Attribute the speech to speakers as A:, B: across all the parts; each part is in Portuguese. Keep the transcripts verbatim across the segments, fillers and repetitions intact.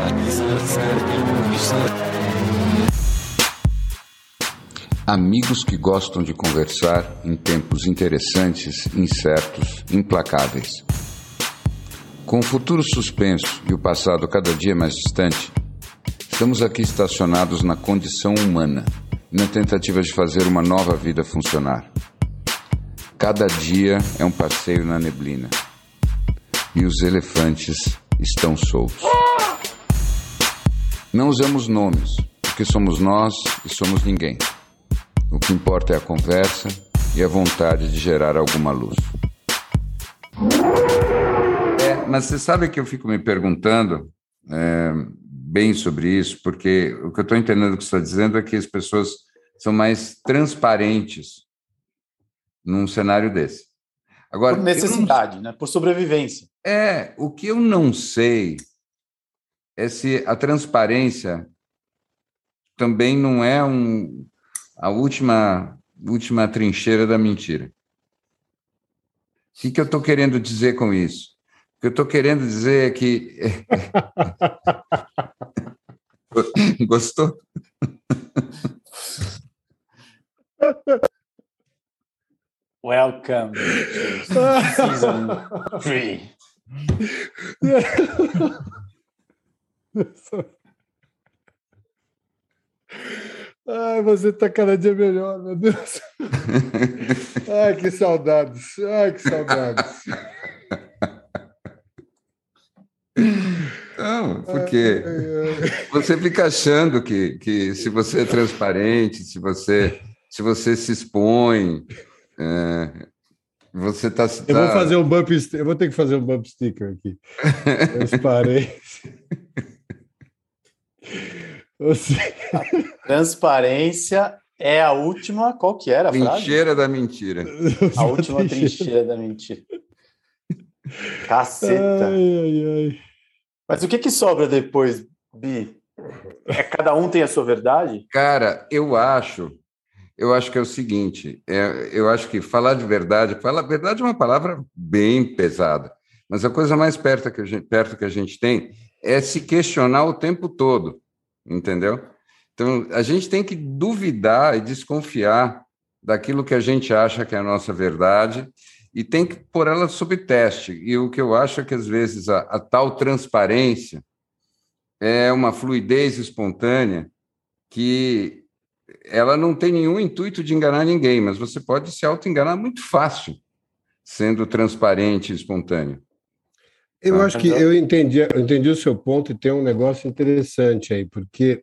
A: Amigos que gostam de conversar em tempos interessantes, incertos, implacáveis. Com o futuro suspenso e o passado cada dia mais distante, estamos aqui estacionados na condição humana, na tentativa de fazer uma nova vida funcionar. Cada dia é um passeio na neblina. E os elefantes estão soltos. Não usamos nomes, porque somos nós e somos ninguém. O que importa é a conversa e a vontade de gerar alguma luz. É, mas você sabe que eu fico me perguntando é, bem sobre isso, porque o que eu estou entendendo que você está dizendo é que as pessoas são mais transparentes num cenário desse. Agora,
B: por necessidade,
A: não...
B: né? Por sobrevivência.
A: É, o que eu não sei é se a transparência também não é um, a última, última trincheira da mentira. O que, que eu estou querendo dizer com isso? O que eu estou querendo dizer é que... Gostou?
B: Welcome to season three.
C: Ai, você tá cada dia melhor, meu Deus. Ai, que saudades. Ai, que saudades.
A: Não, porque você fica achando que, que se você é transparente, se você, se você se expõe, é, você está...
C: Eu vou fazer um bump, eu vou ter que fazer um bump sticker aqui. Transparência. Você...
B: Transparência é a última... Qual que era a frase?
A: Trincheira da mentira.
B: A última trincheira, trincheira da mentira. Caceta.
C: Ai, ai, ai.
B: Mas o que que sobra depois, Bi? É, cada um tem a sua verdade?
A: Cara, eu acho... Eu acho que é o seguinte, é, eu acho que falar de verdade... Falar verdade é uma palavra bem pesada, mas a coisa mais perto que a gente, perto que a gente tem é se questionar o tempo todo, entendeu? Então, a gente tem que duvidar e desconfiar daquilo que a gente acha que é a nossa verdade e tem que pôr ela sob teste. E o que eu acho é que, às vezes, a, a tal transparência é uma fluidez espontânea que ela não tem nenhum intuito de enganar ninguém, mas você pode se auto-enganar muito fácil, sendo transparente e espontâneo.
C: Eu acho que eu entendi, eu entendi o seu ponto e tem um negócio interessante aí, porque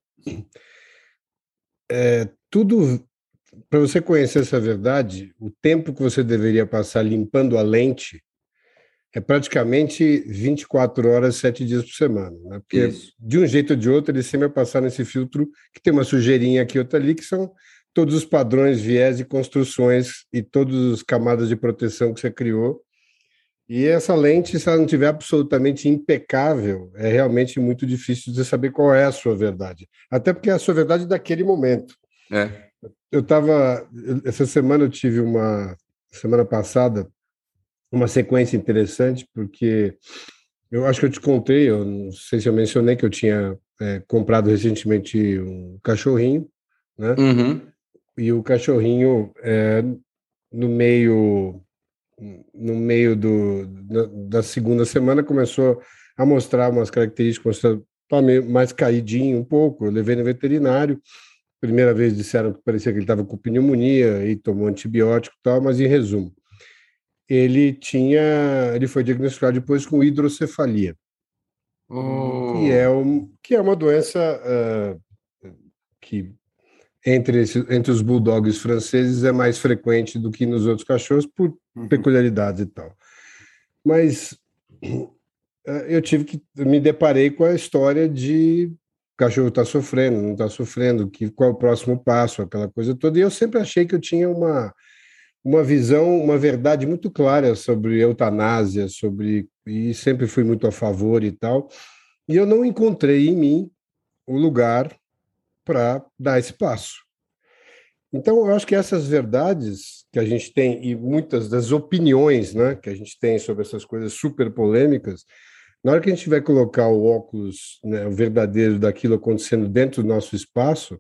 C: é, tudo, para você conhecer essa verdade, o tempo que você deveria passar limpando a lente é praticamente vinte e quatro horas, sete dias por semana, né? Porque Isso. de um jeito ou de outro ele sempre vai passar nesse filtro que tem uma sujeirinha aqui e outra ali, que são todos os padrões, viés e construções e todas as camadas de proteção que você criou. E essa lente, se ela não estiver absolutamente impecável, é realmente muito difícil de saber qual é a sua verdade. Até porque é a sua verdade daquele momento.
A: É.
C: Eu estava... Essa semana eu tive uma... Semana passada, uma sequência interessante, porque eu acho que eu te contei, eu não sei se eu mencionei que eu tinha é, comprado recentemente um cachorrinho, né?
A: Uhum.
C: E o cachorrinho, é, no meio... no meio do, da segunda semana, começou a mostrar umas características, tá meio mais caidinho um pouco, eu levei no veterinário, primeira vez disseram que parecia que ele estava com pneumonia e tomou antibiótico e tal, mas em resumo, ele tinha, ele foi diagnosticado depois com hidrocefalia,
A: oh.
C: que, é um, que é uma doença uh, que Entre, esse, entre os bulldogs franceses é mais frequente do que nos outros cachorros por uhum. peculiaridades e tal. Mas eu tive que me deparei com a história de o cachorro está sofrendo, não está sofrendo, que, qual é o próximo passo, aquela coisa toda. E eu sempre achei que eu tinha uma, uma visão, uma verdade muito clara sobre eutanásia, sobre, e sempre fui muito a favor e tal. E eu não encontrei em mim o lugar para dar esse passo. Então, eu acho que essas verdades que a gente tem e muitas das opiniões, né, que a gente tem sobre essas coisas super polêmicas Na hora que a gente vai colocar o óculos, né, o verdadeiro daquilo acontecendo dentro do nosso espaço,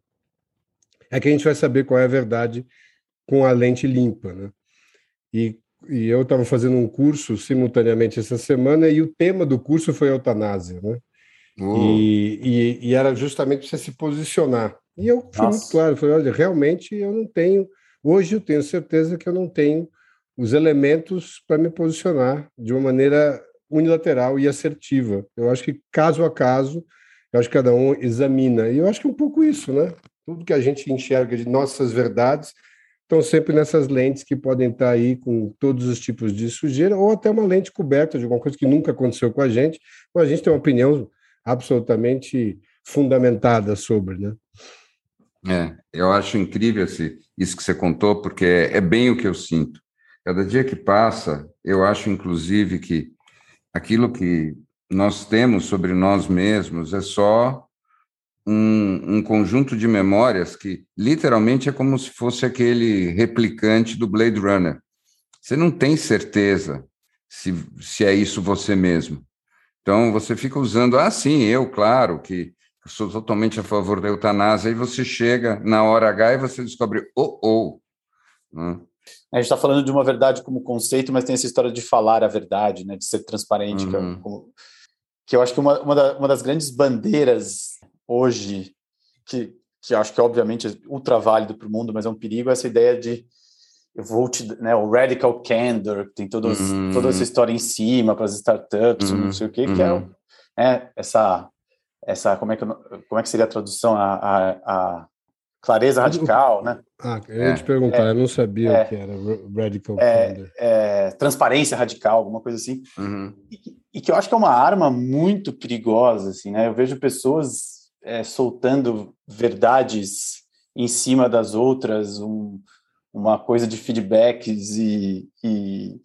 C: é que a gente vai saber qual é a verdade com a lente limpa, né? E, e eu estava fazendo um curso simultaneamente essa semana e o tema do curso foi eutanásia, né?
A: Oh,
C: E, e, e era justamente para você se posicionar. E eu fui muito
B: Nossa.
C: claro, falei, olha, realmente eu não tenho, hoje eu tenho certeza que eu não tenho os elementos para me posicionar de uma maneira unilateral e assertiva. Eu acho que caso a caso, eu acho que cada um examina. E eu acho que é um pouco isso, né? Tudo que a gente enxerga de nossas verdades estão sempre nessas lentes que podem estar aí com todos os tipos de sujeira, ou até uma lente coberta de alguma coisa que nunca aconteceu com a gente, mas a gente tem uma opinião absolutamente fundamentada sobre, né?
A: é, eu acho incrível esse, isso que você contou, porque é, é bem o que eu sinto. Cada dia que passa, eu acho, inclusive, que aquilo que nós temos sobre nós mesmos é só um, um conjunto de memórias que, literalmente, é como se fosse aquele replicante do Blade Runner. Você não tem certeza se, se é isso você mesmo. Então, você fica usando, ah, sim, eu, claro, que sou totalmente a favor da eutanásia, aí você chega na hora H e você descobre, oh, oh. Né?
B: A gente está falando de uma verdade como conceito, mas tem essa história de falar a verdade, né, de ser transparente, que, é,
A: Uhum.
B: como, que eu acho que uma, uma, da, uma das grandes bandeiras hoje, que, que eu acho que obviamente é ultra válido para o mundo, mas é um perigo, é essa ideia de eu vou te, né, o radical candor, tem todos,
A: Uhum.
B: toda essa história em cima para as startups,
A: Uhum.
B: não sei o quê,
A: Uhum.
B: que é, é essa, essa como, é que, como é que seria a tradução? A, a, a clareza radical, né?
C: Ah, eu ia te
A: É,
C: perguntar,
B: É,
C: eu não sabia o que
B: é,
C: era radical
B: é,
C: candor.
B: é, transparência radical, alguma coisa assim.
A: uhum.
B: E, e que eu acho que é uma arma muito perigosa, assim, né? Eu vejo pessoas é, soltando verdades em cima das outras, um, uma coisa de feedbacks e, e,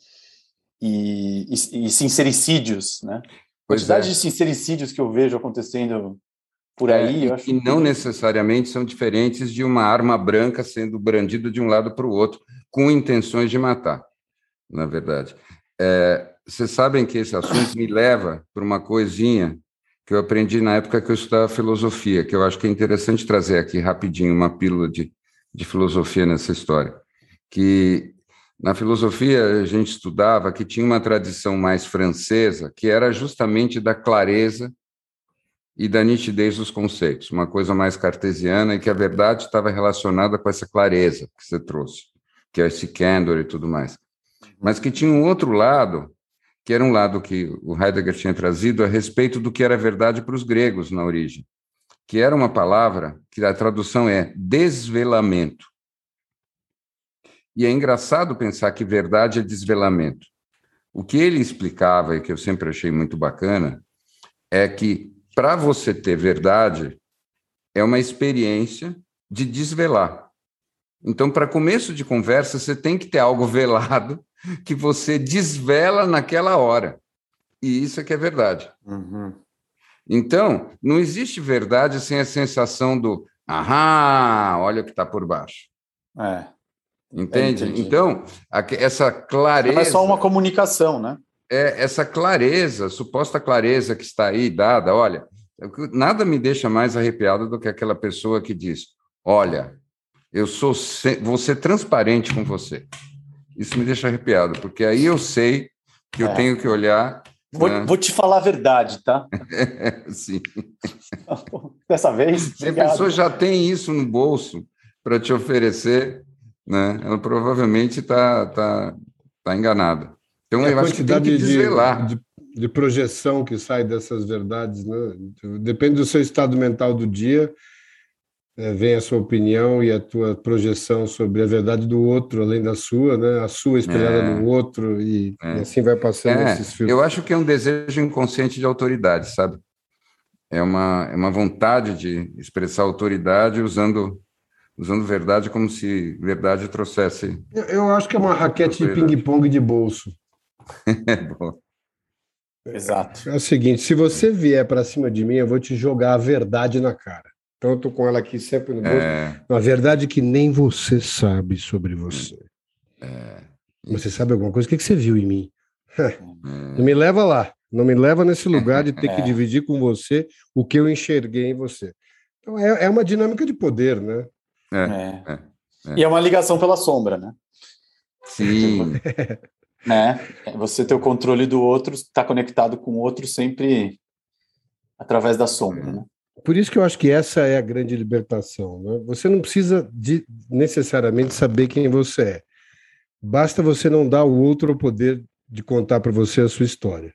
B: e, e, e sincericídios, né?
A: Pois
B: Quantidade
A: é.
B: de sincericídios que eu vejo acontecendo por
A: É,
B: aí, eu
A: e,
B: acho
A: e
B: um
A: não
B: perigo.
A: necessariamente são diferentes de uma arma branca sendo brandida de um lado para o outro, com intenções de matar, na verdade. É, vocês sabem que esse assunto me leva para uma coisinha que eu aprendi na época que eu estudava filosofia, que eu acho que é interessante trazer aqui rapidinho uma pílula de, de filosofia nessa história. Que na filosofia a gente estudava que tinha uma tradição mais francesa, que era justamente da clareza e da nitidez dos conceitos, uma coisa mais cartesiana e que a verdade estava relacionada com essa clareza que você trouxe, que é esse candor e tudo mais. Mas que tinha um outro lado, que era um lado que o Heidegger tinha trazido a respeito do que era verdade para os gregos na origem, que era uma palavra que a tradução é desvelamento. E é engraçado pensar que verdade é desvelamento. O que ele explicava, e que eu sempre achei muito bacana, é que para você ter verdade, é uma experiência de desvelar. Então, para começo de conversa, você tem que ter algo velado que você desvela naquela hora. E isso é que é verdade.
B: Uhum.
A: Então, não existe verdade sem a sensação do ahá, olha o que está por baixo.
B: É, é,
A: Entende?
B: entendi.
A: Então, essa
B: Não é só uma
A: clareza,
B: comunicação, né?
A: é essa clareza, suposta clareza que está aí dada, olha, nada me deixa mais arrepiado do que aquela pessoa que diz, olha, eu sou vou ser transparente com você. Isso me deixa arrepiado, porque aí eu sei que eu
B: É.
A: tenho que olhar.
B: Vou,
A: Né?
B: vou te falar a verdade, tá?
A: É, sim.
B: Dessa vez,
A: Se a
B: obrigado.
A: pessoa já tem isso no bolso para te oferecer, né? Ela provavelmente está tá, tá enganada. Então,
C: E a
A: eu acho que tem que
C: quantidade
A: desvelar.
C: de, de, de projeção que sai dessas verdades, né? Depende do seu estado mental do dia, é, vem a sua opinião e a tua projeção sobre a verdade do outro, além da sua, né? A sua espelhada no
A: É,
C: outro, e,
A: é.
C: e assim vai passando
A: É,
C: esses filmes.
A: eu acho que é um desejo inconsciente de autoridade, sabe? É uma, é uma vontade de expressar autoridade usando, usando verdade como se verdade trouxesse.
C: Eu, eu acho que é uma raquete de ping-pong de bolso.
A: É bom.
B: Exato.
C: É o seguinte, se você vier para cima de mim, eu vou te jogar a verdade na cara. Então, eu estou com ela aqui sempre no bolso.
A: É,
C: Uma verdade que nem você sabe sobre você.
A: é,
C: Você
A: isso.
C: sabe alguma coisa? O que, que você viu em mim?
A: É,
C: Não me leva lá. Não me leva nesse lugar de ter
B: É.
C: que dividir com você o que eu enxerguei em você. Então, é, é uma dinâmica de poder, né?
A: É,
B: É.
A: é, é.
B: E é uma ligação pela sombra, né?
A: Sim.
B: né? Você ter o controle do outro, está conectado com o outro sempre através da sombra, né?
C: Por isso que eu acho que essa é a grande libertação, né? Você não precisa de, necessariamente saber quem você é. Basta você não dar ao outro o poder de contar para você a sua história.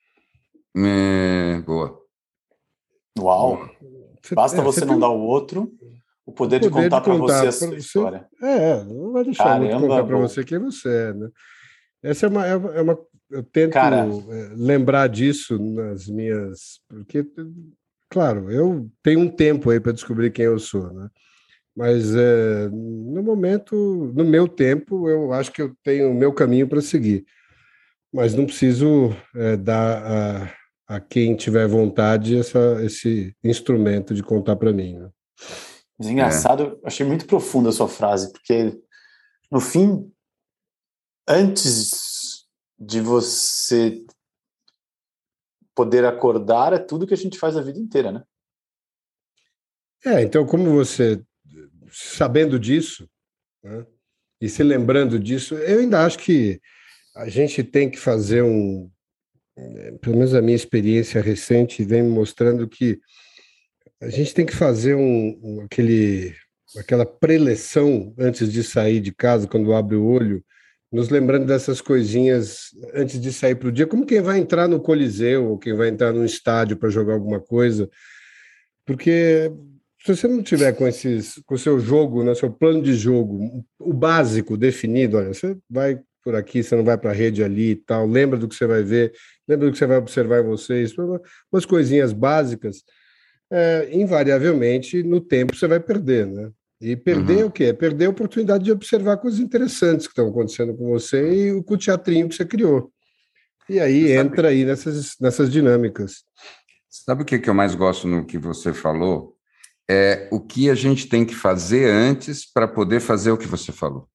A: É, boa.
B: Uau!
A: Boa.
B: Basta
C: é,
B: você, você não dar ao outro o poder, o poder de contar, contar para você a sua você, história.
C: É, não vai deixar Caramba, o outro contar para você quem você é, né? Essa é uma, é uma eu tento Cara, lembrar disso nas minhas, porque, claro, eu tenho um tempo aí para descobrir quem eu sou, né? Mas é, no momento, no meu tempo, eu acho que eu tenho o meu caminho para seguir, mas não preciso é, dar a, a quem tiver vontade essa, esse instrumento de contar para mim, né?
B: Mas engraçado, é. Achei muito profunda a sua frase, porque no fim, antes de você poder acordar, é tudo que a gente faz a vida inteira, né?
C: É, então como você, sabendo disso, né, e se lembrando disso, eu ainda acho que a gente tem que fazer um, pelo menos a minha experiência recente vem me mostrando que a gente tem que fazer um, um aquele, aquela preleção antes de sair de casa, quando abre o olho, nos lembrando dessas coisinhas antes de sair para o dia, como quem vai entrar no Coliseu ou quem vai entrar num estádio para jogar alguma coisa, porque se você não tiver com esses, com o seu jogo, né, seu plano de jogo, o básico definido, olha, você vai por aqui, você não vai para a rede ali e tal, lembra do que você vai ver, lembra do que você vai observar em vocês, umas coisinhas básicas, é, invariavelmente no tempo você vai perder, né? E perder uhum. o quê? Perder a oportunidade de observar coisas interessantes que estão acontecendo com você e com o teatrinho que você criou. E aí você entra sabe... aí nessas, nessas dinâmicas.
A: Sabe o que, que eu mais gosto no que você falou? É o que a gente tem que fazer antes para poder fazer o que você falou.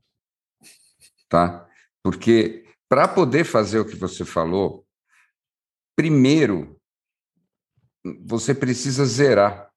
A: Tá? Porque para poder fazer o que você falou, primeiro, você precisa zerar.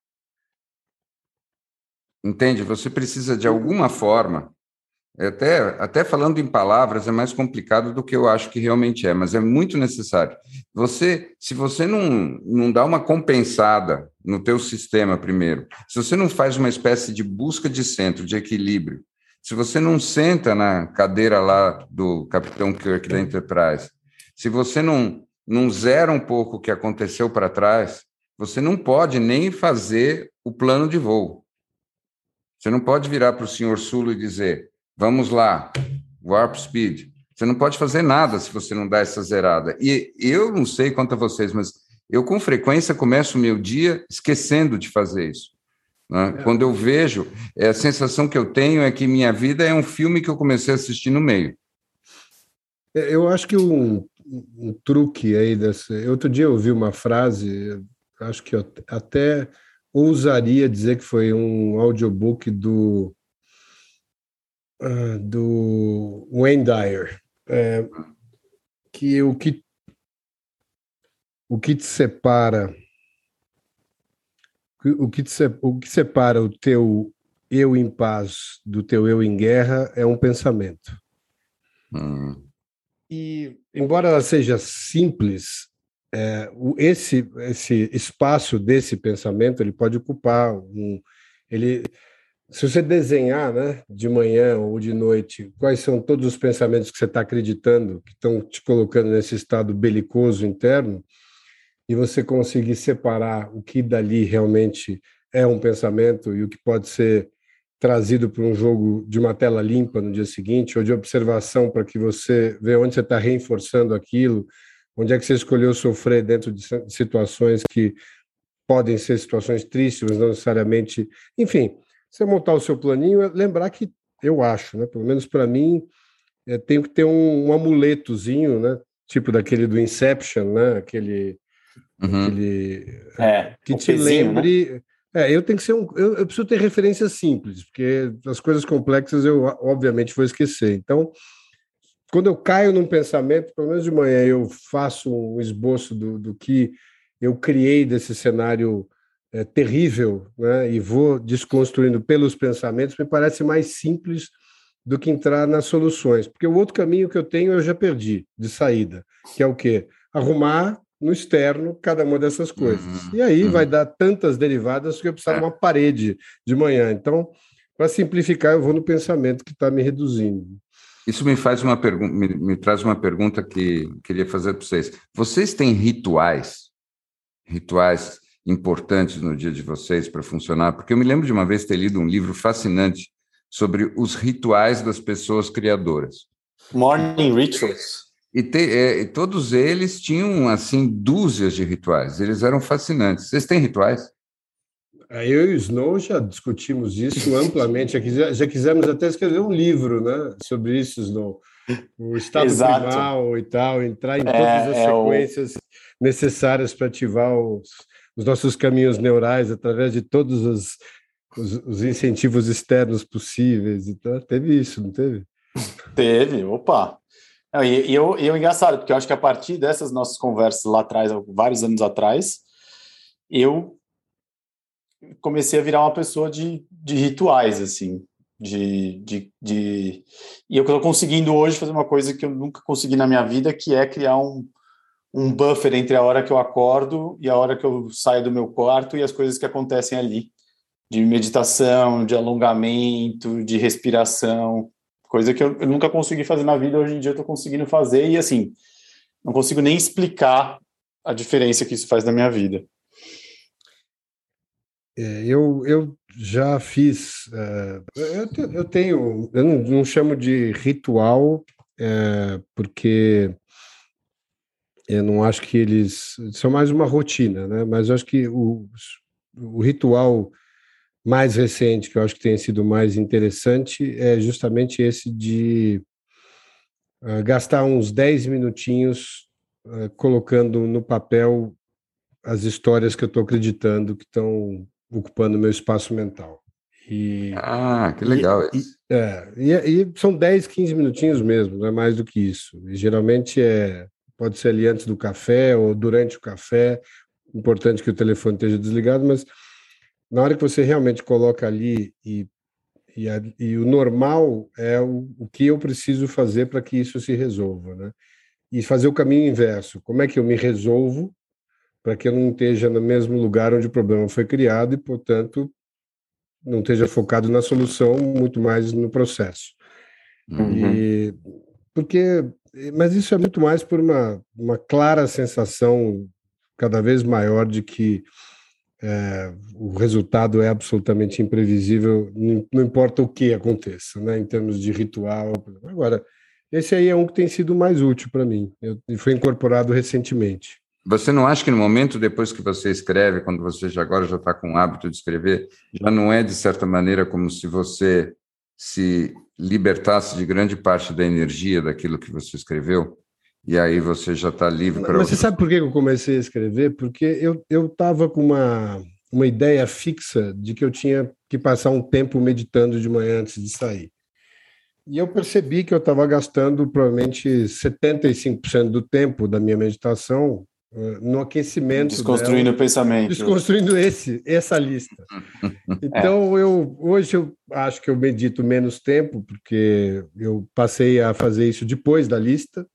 A: Entende? Você precisa, de alguma forma, até, até falando em palavras, é mais complicado do que eu acho que realmente é, mas é muito necessário. Você, se você não, não dá uma compensada no teu sistema primeiro, se você não faz uma espécie de busca de centro, de equilíbrio, se você não senta na cadeira lá do Capitão Kirk da Enterprise, se você não, não zera um pouco o que aconteceu para trás, você não pode nem fazer o plano de voo. Você não pode virar para o senhor Sulo e dizer, vamos lá, warp speed. Você não pode fazer nada se você não dá essa zerada. E eu não sei quanto a vocês, mas eu com frequência começo o meu dia esquecendo de fazer isso. Né? É. Quando eu vejo, a sensação que eu tenho é que minha vida é um filme que eu comecei a assistir no meio.
C: Eu acho que um, um truque aí dessa... Outro dia eu ouvi uma frase, acho que eu até... ousaria dizer que foi um audiobook do, uh, do Wayne Dyer, é, que o que o que te separa o que, te, o que separa o teu eu em paz do teu eu em guerra é um pensamento. Hum. E, embora ela seja simples, É, esse, esse espaço desse pensamento ele pode ocupar um, ele, se você desenhar, né, de manhã ou de noite, quais são todos os pensamentos que você está acreditando que estão te colocando nesse estado belicoso interno, e você conseguir separar o que dali realmente é um pensamento e o que pode ser trazido para um jogo de uma tela limpa no dia seguinte, ou de observação para que você veja onde você está reforçando aquilo, onde é que você escolheu sofrer dentro de situações que podem ser situações tristes, mas não necessariamente... Enfim, você montar o seu planinho, lembrar que, eu acho, né, pelo menos para mim, é, tem que ter um, um amuletozinho, né, tipo daquele do Inception, né, aquele...
B: Uhum.
C: aquele
B: é,
C: que te pezinho, lembre... Né? É, eu tenho que ser um... Eu, eu preciso ter referências simples, porque as coisas complexas eu, obviamente, vou esquecer. Então, quando eu caio num pensamento, pelo menos de manhã, eu faço um esboço do, do que eu criei desse cenário é, terrível, né, e vou desconstruindo pelos pensamentos, me parece mais simples do que entrar nas soluções. Porque o outro caminho que eu tenho eu já perdi de saída, que é o quê? Arrumar no externo cada uma dessas coisas. Uhum, e aí uhum. vai dar tantas derivadas que eu preciso é. de uma parede de manhã. Então, para simplificar, eu vou no pensamento que está me reduzindo.
A: Isso me faz uma pergunta, me, me traz uma pergunta que queria fazer para vocês. Vocês têm rituais, rituais importantes no dia de vocês para funcionar? Porque eu me lembro de uma vez ter lido um livro fascinante sobre os rituais das pessoas criadoras.
B: Morning Rituals.
A: E, te, é, e todos eles tinham, assim, dúzias de rituais. Eles eram fascinantes. Vocês têm rituais?
C: Eu e o Snow já discutimos isso amplamente, já, já quisemos até escrever um livro, né, sobre isso, Snow. O estado Exato. primal e tal, entrar em é, todas as é sequências o... necessárias para ativar os, os nossos caminhos neurais através de todos os, os, os incentivos externos possíveis. Então, teve isso, não teve?
B: Teve, opa! E, e eu, e eu engraçado, porque eu acho que a partir dessas nossas conversas lá atrás, vários anos atrás, eu comecei a virar uma pessoa de, de rituais, assim, de, de, de... E eu estou conseguindo hoje fazer uma coisa que eu nunca consegui na minha vida, que é criar um, um buffer entre a hora que eu acordo e a hora que eu saio do meu quarto e as coisas que acontecem ali, de meditação, de alongamento, de respiração, coisa que eu, eu nunca consegui fazer na vida, hoje em dia eu estou conseguindo fazer e, assim, não consigo nem explicar a diferença que isso faz na minha vida.
C: É, eu, eu já fiz, uh, eu, te, eu tenho, eu não, não chamo de ritual, é, porque eu não acho que eles são mais uma rotina, né? Mas eu acho que o, o ritual mais recente, que eu acho que tem sido mais interessante, é justamente esse de uh, gastar uns dez minutinhos uh, colocando no papel as histórias que eu estou acreditando que estão ocupando meu espaço mental.
A: E, ah, que legal
C: e,
A: isso.
C: E, é, e, e são dez, quinze minutinhos mesmo, não é mais do que isso. E geralmente é, pode ser ali antes do café ou durante o café, importante que o telefone esteja desligado, mas na hora que você realmente coloca ali e, e, a, e o normal é o, o que eu preciso fazer para que isso se resolva, né? E fazer o caminho inverso. Como é que eu me resolvo para que eu não esteja no mesmo lugar onde o problema foi criado e, portanto, não esteja focado na solução, muito mais no processo. Uhum. E, porque, mas isso é muito mais por uma, uma clara sensação cada vez maior de que é, o resultado é absolutamente imprevisível, não, não importa o que aconteça, né, em termos de ritual. Agora, esse aí é um que tem sido mais útil para mim, eu, e foi incorporado recentemente.
A: Você não acha que no momento depois que você escreve, quando você já agora já está com o hábito de escrever, já não é, de certa maneira, como se você se libertasse de grande parte da energia daquilo que você escreveu? E aí você já está livre para...
C: Mas você sabe por que eu comecei a escrever? Porque eu estava com uma, uma ideia fixa de que eu tinha que passar um tempo meditando de manhã antes de sair. E eu percebi que eu estava gastando provavelmente setenta e cinco por cento do tempo da minha meditação no aquecimento.
B: Desconstruindo
C: dela,
B: o pensamento.
C: Desconstruindo esse, essa lista. Então, é. eu, hoje eu acho que eu medito menos tempo, porque eu passei a fazer isso depois da lista,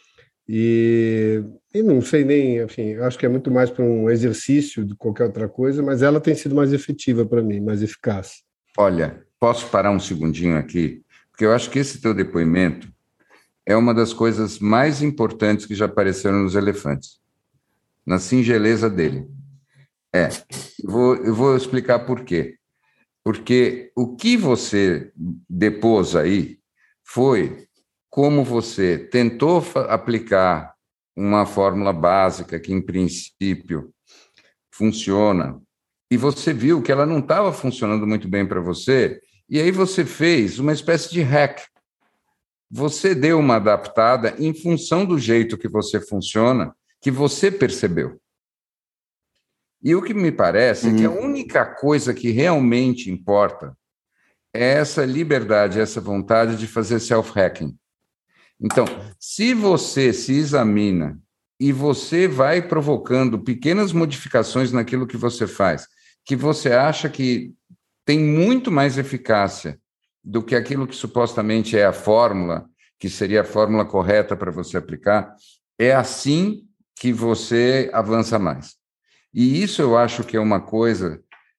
C: e, e não sei nem, enfim, eu acho que é muito mais para um exercício do que qualquer outra coisa, mas ela tem sido mais efetiva para mim, mais eficaz.
A: Olha, posso parar um segundinho aqui? Porque eu acho que esse teu depoimento é uma das coisas mais importantes que já apareceram nos elefantes. Na singeleza dele. É, eu vou, eu vou explicar por quê. Porque o que você depôs aí foi como você tentou aplicar uma fórmula básica que, em princípio, funciona, e você viu que ela não estava funcionando muito bem para você, e aí você fez uma espécie de hack. Você deu uma adaptada em função do jeito que você funciona, que você percebeu. E o que me parece uhum. é que a única coisa que realmente importa é essa liberdade, essa vontade de fazer self-hacking. Então, se você se examina e você vai provocando pequenas modificações naquilo que você faz, que você acha que tem muito mais eficácia do que aquilo que supostamente é a fórmula, que seria a fórmula correta para você aplicar, é assim que você avança mais. E isso eu acho que é uma coisa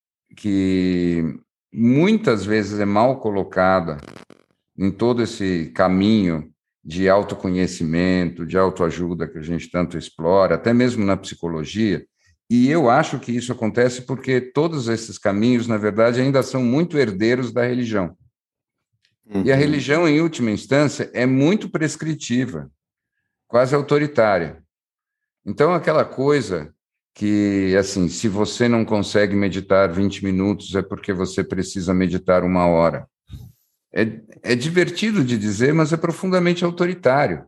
A: que muitas vezes é mal colocada em todo esse caminho de autoconhecimento, de autoajuda que a gente tanto explora, até mesmo na psicologia. E eu acho que isso acontece porque todos esses caminhos, na verdade, ainda são muito herdeiros da religião. Uhum. E a religião, em última instância, é muito prescritiva, quase autoritária. Então, aquela coisa que, assim, se você não consegue meditar vinte minutos, é porque você precisa meditar uma hora. É, é divertido de dizer, mas é profundamente autoritário.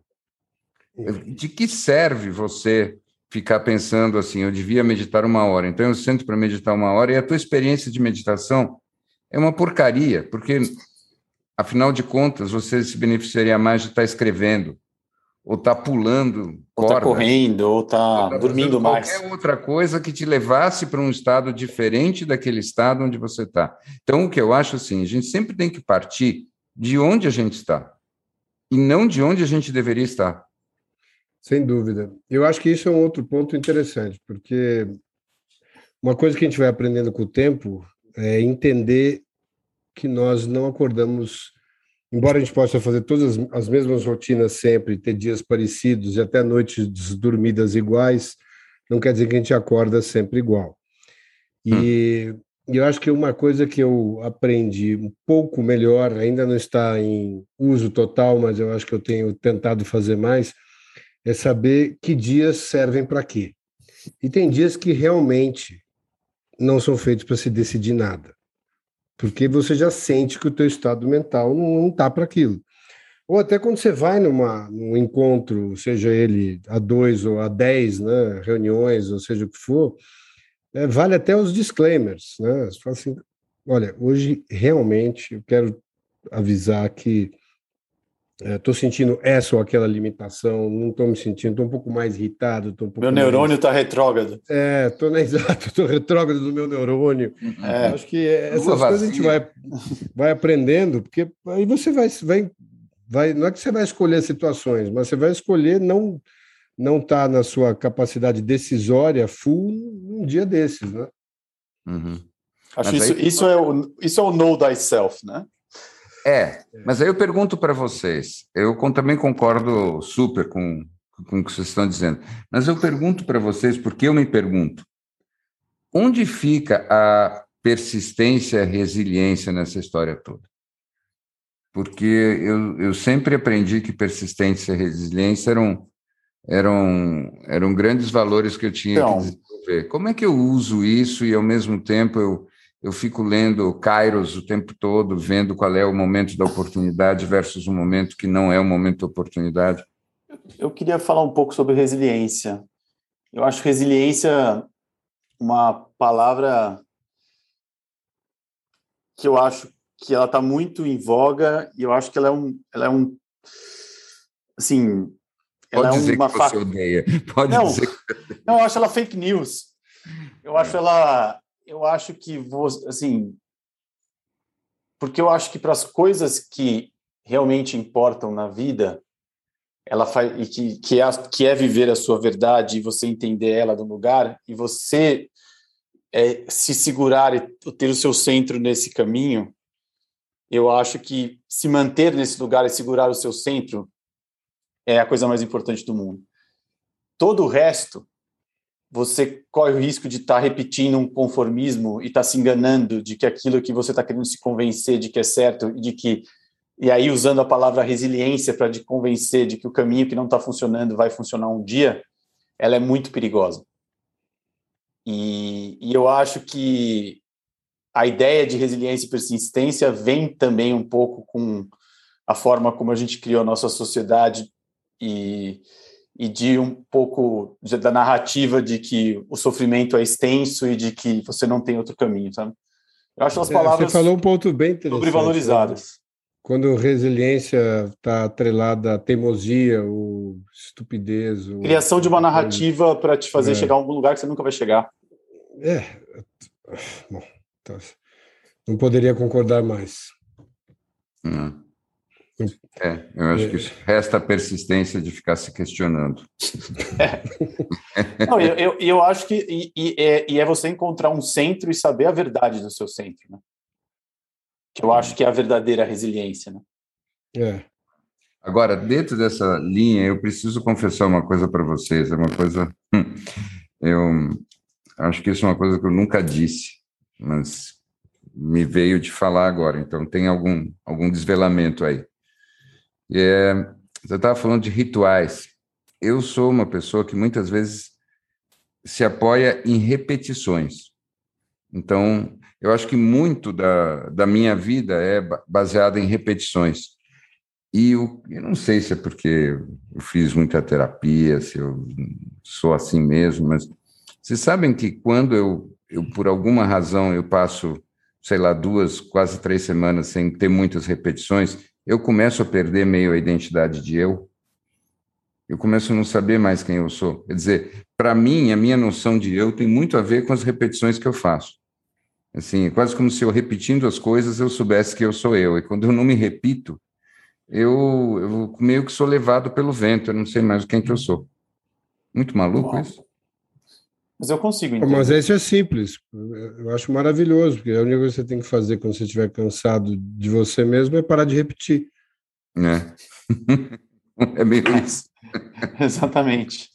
A: De que serve você ficar pensando assim, eu devia meditar uma hora, então eu sento para meditar uma hora, e a tua experiência de meditação é uma porcaria, porque, afinal de contas, você se beneficiaria mais de estar escrevendo, ou estar pulando
B: ou
A: corda,
B: tá correndo, ou tá,
A: tá
B: dormindo mais.
A: Qualquer outra coisa que te levasse para um estado diferente daquele estado onde você está. Então, o que eu acho assim, a gente sempre tem que partir de onde a gente está, e não de onde a gente deveria estar.
C: Sem dúvida. Eu acho que isso é um outro ponto interessante, porque uma coisa que a gente vai aprendendo com o tempo é entender que nós não acordamos, embora a gente possa fazer todas as, as mesmas rotinas sempre, ter dias parecidos e até noites dormidas iguais, não quer dizer que a gente acorda sempre igual. E hum. eu acho que uma coisa que eu aprendi um pouco melhor, ainda não está em uso total, mas eu acho que eu tenho tentado fazer mais, é saber que dias servem para quê. E tem dias que realmente não são feitos para se decidir nada, porque você já sente que o teu estado mental não está para aquilo. Ou até quando você vai numa, num encontro, seja ele a dois ou a dez, né, reuniões, ou seja o que for, é, vale até os disclaimers, né? Você fala assim, olha, hoje realmente eu quero avisar que estou é, sentindo essa ou aquela limitação, não estou me sentindo, estou um pouco mais irritado, estou um pouco
B: Meu neurônio está
C: mais...
B: retrógrado.
C: É, estou na exato, estou retrógrado do meu neurônio. É. Acho que essas coisas a gente vai, vai aprendendo, porque aí você vai, vai, vai, não é que você vai escolher situações, mas você vai escolher não não estar na sua capacidade decisória full num dia desses, né?
A: Uhum.
B: Acho mas isso, aí... isso, é o, isso é o know thyself, né?
A: É, mas aí eu pergunto para vocês, eu também concordo super com, com o que vocês estão dizendo, mas eu pergunto para vocês, porque eu me pergunto, onde fica a persistência e a resiliência nessa história toda? Porque eu, eu sempre aprendi que persistência e resiliência eram, eram, eram grandes valores que eu tinha então, que desenvolver. Como é que eu uso isso e, ao mesmo tempo, eu... eu fico lendo Kairos o tempo todo, vendo qual é o momento da oportunidade versus o momento que não é o momento da oportunidade?
B: Eu queria falar um pouco sobre resiliência. Eu acho resiliência uma palavra que eu acho que ela está muito em voga e eu acho que ela é um... Ela é um assim, ela
A: Pode
B: é
A: dizer
B: uma
A: que você odeia. Pode
B: não,
A: dizer que...
B: não, eu acho ela fake news. Eu acho é. ela... Eu acho que, você, assim, porque eu acho que para as coisas que realmente importam na vida, ela faz, e que, que, é, que é viver a sua verdade e você entender ela do lugar, e você é, se segurar e ter o seu centro nesse caminho, eu acho que se manter nesse lugar e segurar o seu centro é a coisa mais importante do mundo. Todo o resto... você corre o risco de estar tá repetindo um conformismo e estar tá se enganando de que aquilo que você está querendo se convencer de que é certo e de que e aí usando a palavra resiliência para te convencer de que o caminho que não está funcionando vai funcionar um dia, ela é muito perigosa. E, e eu acho que a ideia de resiliência e persistência vem também um pouco com a forma como a gente criou a nossa sociedade e e de um pouco de, da narrativa de que o sofrimento é extenso e de que você não tem outro caminho, sabe? Eu acho as palavras
C: é, você falou um ponto bem interessante,
B: sobrevalorizadas.
C: quando resiliência está atrelada à teimosia, ou estupidez. Ou...
B: Criação de uma narrativa para te fazer
C: é.
B: chegar a algum lugar que você nunca vai chegar.
C: É. Bom, então, não poderia concordar mais.
A: Hum. É, eu acho é. que resta a persistência de ficar se questionando.
B: É. Não, eu, eu, eu acho que e, e, é, e é você encontrar um centro e saber a verdade do seu centro, né? Que eu acho que é a verdadeira resiliência, né?
C: É.
A: Agora, dentro dessa linha, eu preciso confessar uma coisa para vocês. É uma coisa... Eu acho que isso é uma coisa que eu nunca disse, mas me veio de falar agora. Então, tem algum, algum desvelamento aí. É, você estava falando de rituais. Eu sou uma pessoa que muitas vezes se apoia em repetições. Então, eu acho que muito da, da minha vida é baseada em repetições. E eu, eu não sei se é porque eu fiz muita terapia, se eu sou assim mesmo, mas vocês sabem que quando eu, eu por alguma razão, eu passo, sei lá, duas, quase três semanas sem ter muitas repetições, eu começo a perder meio a identidade de eu. Eu começo a não saber mais quem eu sou. Quer dizer, para mim, a minha noção de eu tem muito a ver com as repetições que eu faço. Assim, é quase como se eu repetindo as coisas eu soubesse que eu sou eu. E quando eu não me repito, eu, eu meio que sou levado pelo vento, eu não sei mais quem que eu sou. Muito maluco Uau. Isso?
B: Mas eu consigo entender.
C: Mas isso é simples. Eu acho maravilhoso, porque a única coisa que você tem que fazer quando você estiver cansado de você mesmo é parar de repetir.
A: É. É meio isso.
B: Exatamente.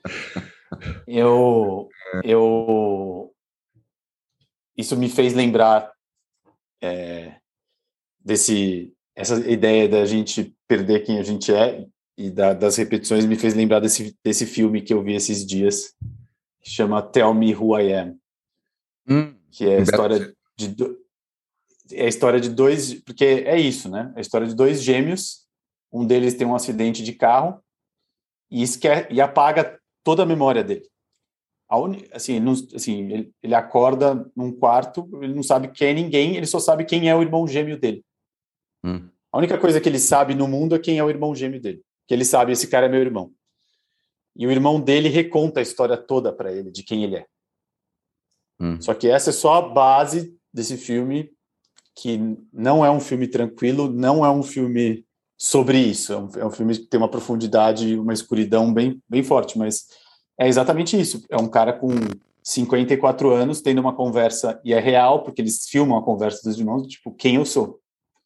B: Eu, eu, isso me fez lembrar é, desse, essa ideia da gente perder quem a gente é e da, das repetições me fez lembrar desse, desse filme que eu vi esses dias, que chama Tell Me Who I Am,
A: hum,
B: que é a história de, do, é a história de dois, porque é isso, né? É a história de dois gêmeos, um deles tem um acidente de carro e, esquece, e apaga toda a memória dele. A un... assim, ele, não, assim ele, ele acorda num quarto, ele não sabe quem é ninguém, ele só sabe quem é o irmão gêmeo dele.
A: Hum.
B: A única coisa que ele sabe no mundo é quem é o irmão gêmeo dele. Que ele sabe, esse cara é meu irmão. E o irmão dele reconta a história toda para ele, de quem ele é.
A: Hum.
B: Só que essa é só a base desse filme, que não é um filme tranquilo, não é um filme sobre isso. É um, é um filme que tem uma profundidade, uma escuridão bem, bem forte, mas é exatamente isso. É um cara com cinquenta e quatro anos tendo uma conversa, e é real, porque eles filmam a conversa dos irmãos, tipo, quem eu sou.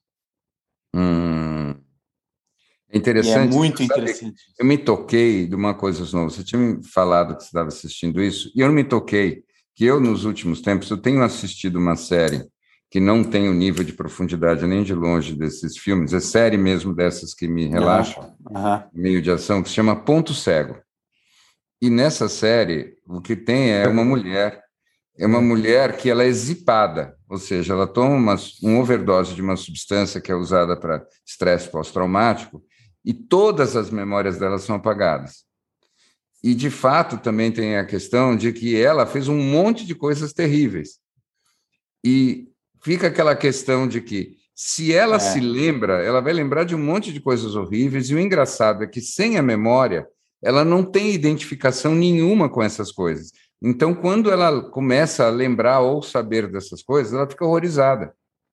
A: Hum. É interessante.
B: E é muito
A: sabe,
B: interessante.
A: Eu me toquei de uma coisa nova. Você tinha me falado que você estava assistindo isso, e eu não me toquei que eu, nos últimos tempos, eu tenho assistido uma série que não tem o nível de profundidade nem de longe desses filmes, é série mesmo dessas que me relaxam,
B: uhum.
A: meio de ação, que se chama Ponto Cego. E nessa série, o que tem é uma mulher, é uma mulher que ela é zipada, ou seja, ela toma uma, um overdose de uma substância que é usada para estresse pós-traumático, e todas as memórias dela são apagadas. E, de fato, também tem a questão de que ela fez um monte de coisas terríveis. E fica aquela questão de que, se ela é. se lembra, ela vai lembrar de um monte de coisas horríveis, e o engraçado é que, sem a memória, ela não tem identificação nenhuma com essas coisas. Então, quando ela começa a lembrar ou saber dessas coisas, ela fica horrorizada.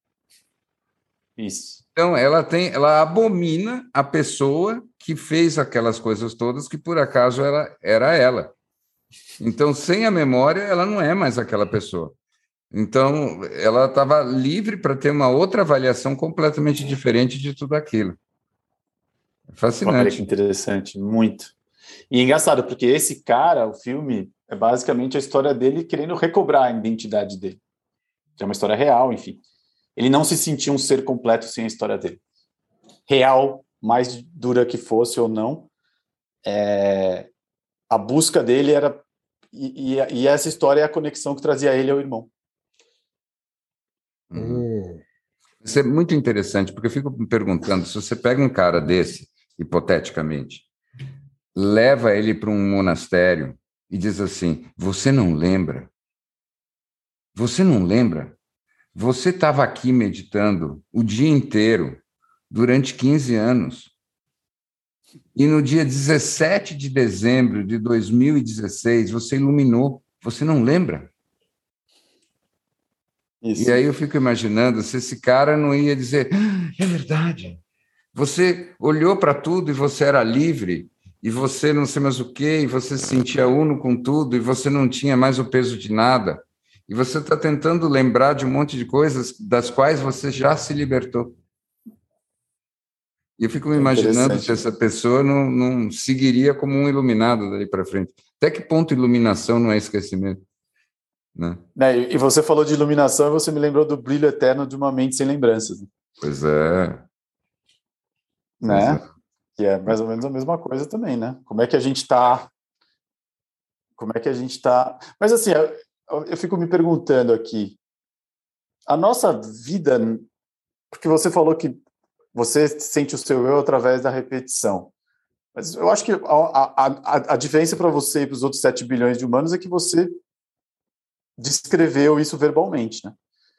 B: Isso.
A: Então, ela tem, ela abomina a pessoa que fez aquelas coisas todas, que por acaso ela, era ela. Então, sem a memória, ela não é mais aquela pessoa. Então, ela estava livre para ter uma outra avaliação completamente diferente de tudo aquilo. Fascinante.
B: Olha que interessante, muito. E é engraçado, porque esse cara, o filme, é basicamente a história dele querendo recobrar a identidade dele. Que é uma história real, enfim. Ele não se sentia um ser completo sem a história dele. Real, mais dura que fosse ou não, é... a busca dele era... E, e, e essa história é a conexão que trazia ele ao irmão.
A: Hum. Isso é muito interessante, porque eu fico me perguntando, se você pega um cara desse, hipoteticamente, leva ele para um monastério e diz assim, você não lembra? Você não lembra? Você estava aqui meditando o dia inteiro, durante quinze anos. E no dia dezessete de dezembro de dois mil e dezesseis, você iluminou. Você não lembra? Isso. E aí eu fico imaginando se esse cara não ia dizer, ah, é verdade. Você olhou para tudo e você era livre, e você não sei mais o quê, e você se sentia uno com tudo, e você não tinha mais o peso de nada. E você está tentando lembrar de um monte de coisas das quais você já se libertou. E eu fico me imaginando se essa pessoa não, não seguiria como um iluminado dali para frente. Até que ponto iluminação não é esquecimento? Né?
B: É, e você falou de iluminação e você me lembrou do brilho eterno de uma mente sem lembranças.
A: Pois é.
B: Né? Pois é. Que é mais ou menos a mesma coisa também, né? Como é que a gente está... Como é que a gente está... Mas assim, eu, eu fico me perguntando aqui, a nossa vida... Porque você falou que você sente o seu eu através da repetição. Mas eu acho que a, a, a, a diferença para você e para os outros sete bilhões de humanos é que você descreveu isso verbalmente, né?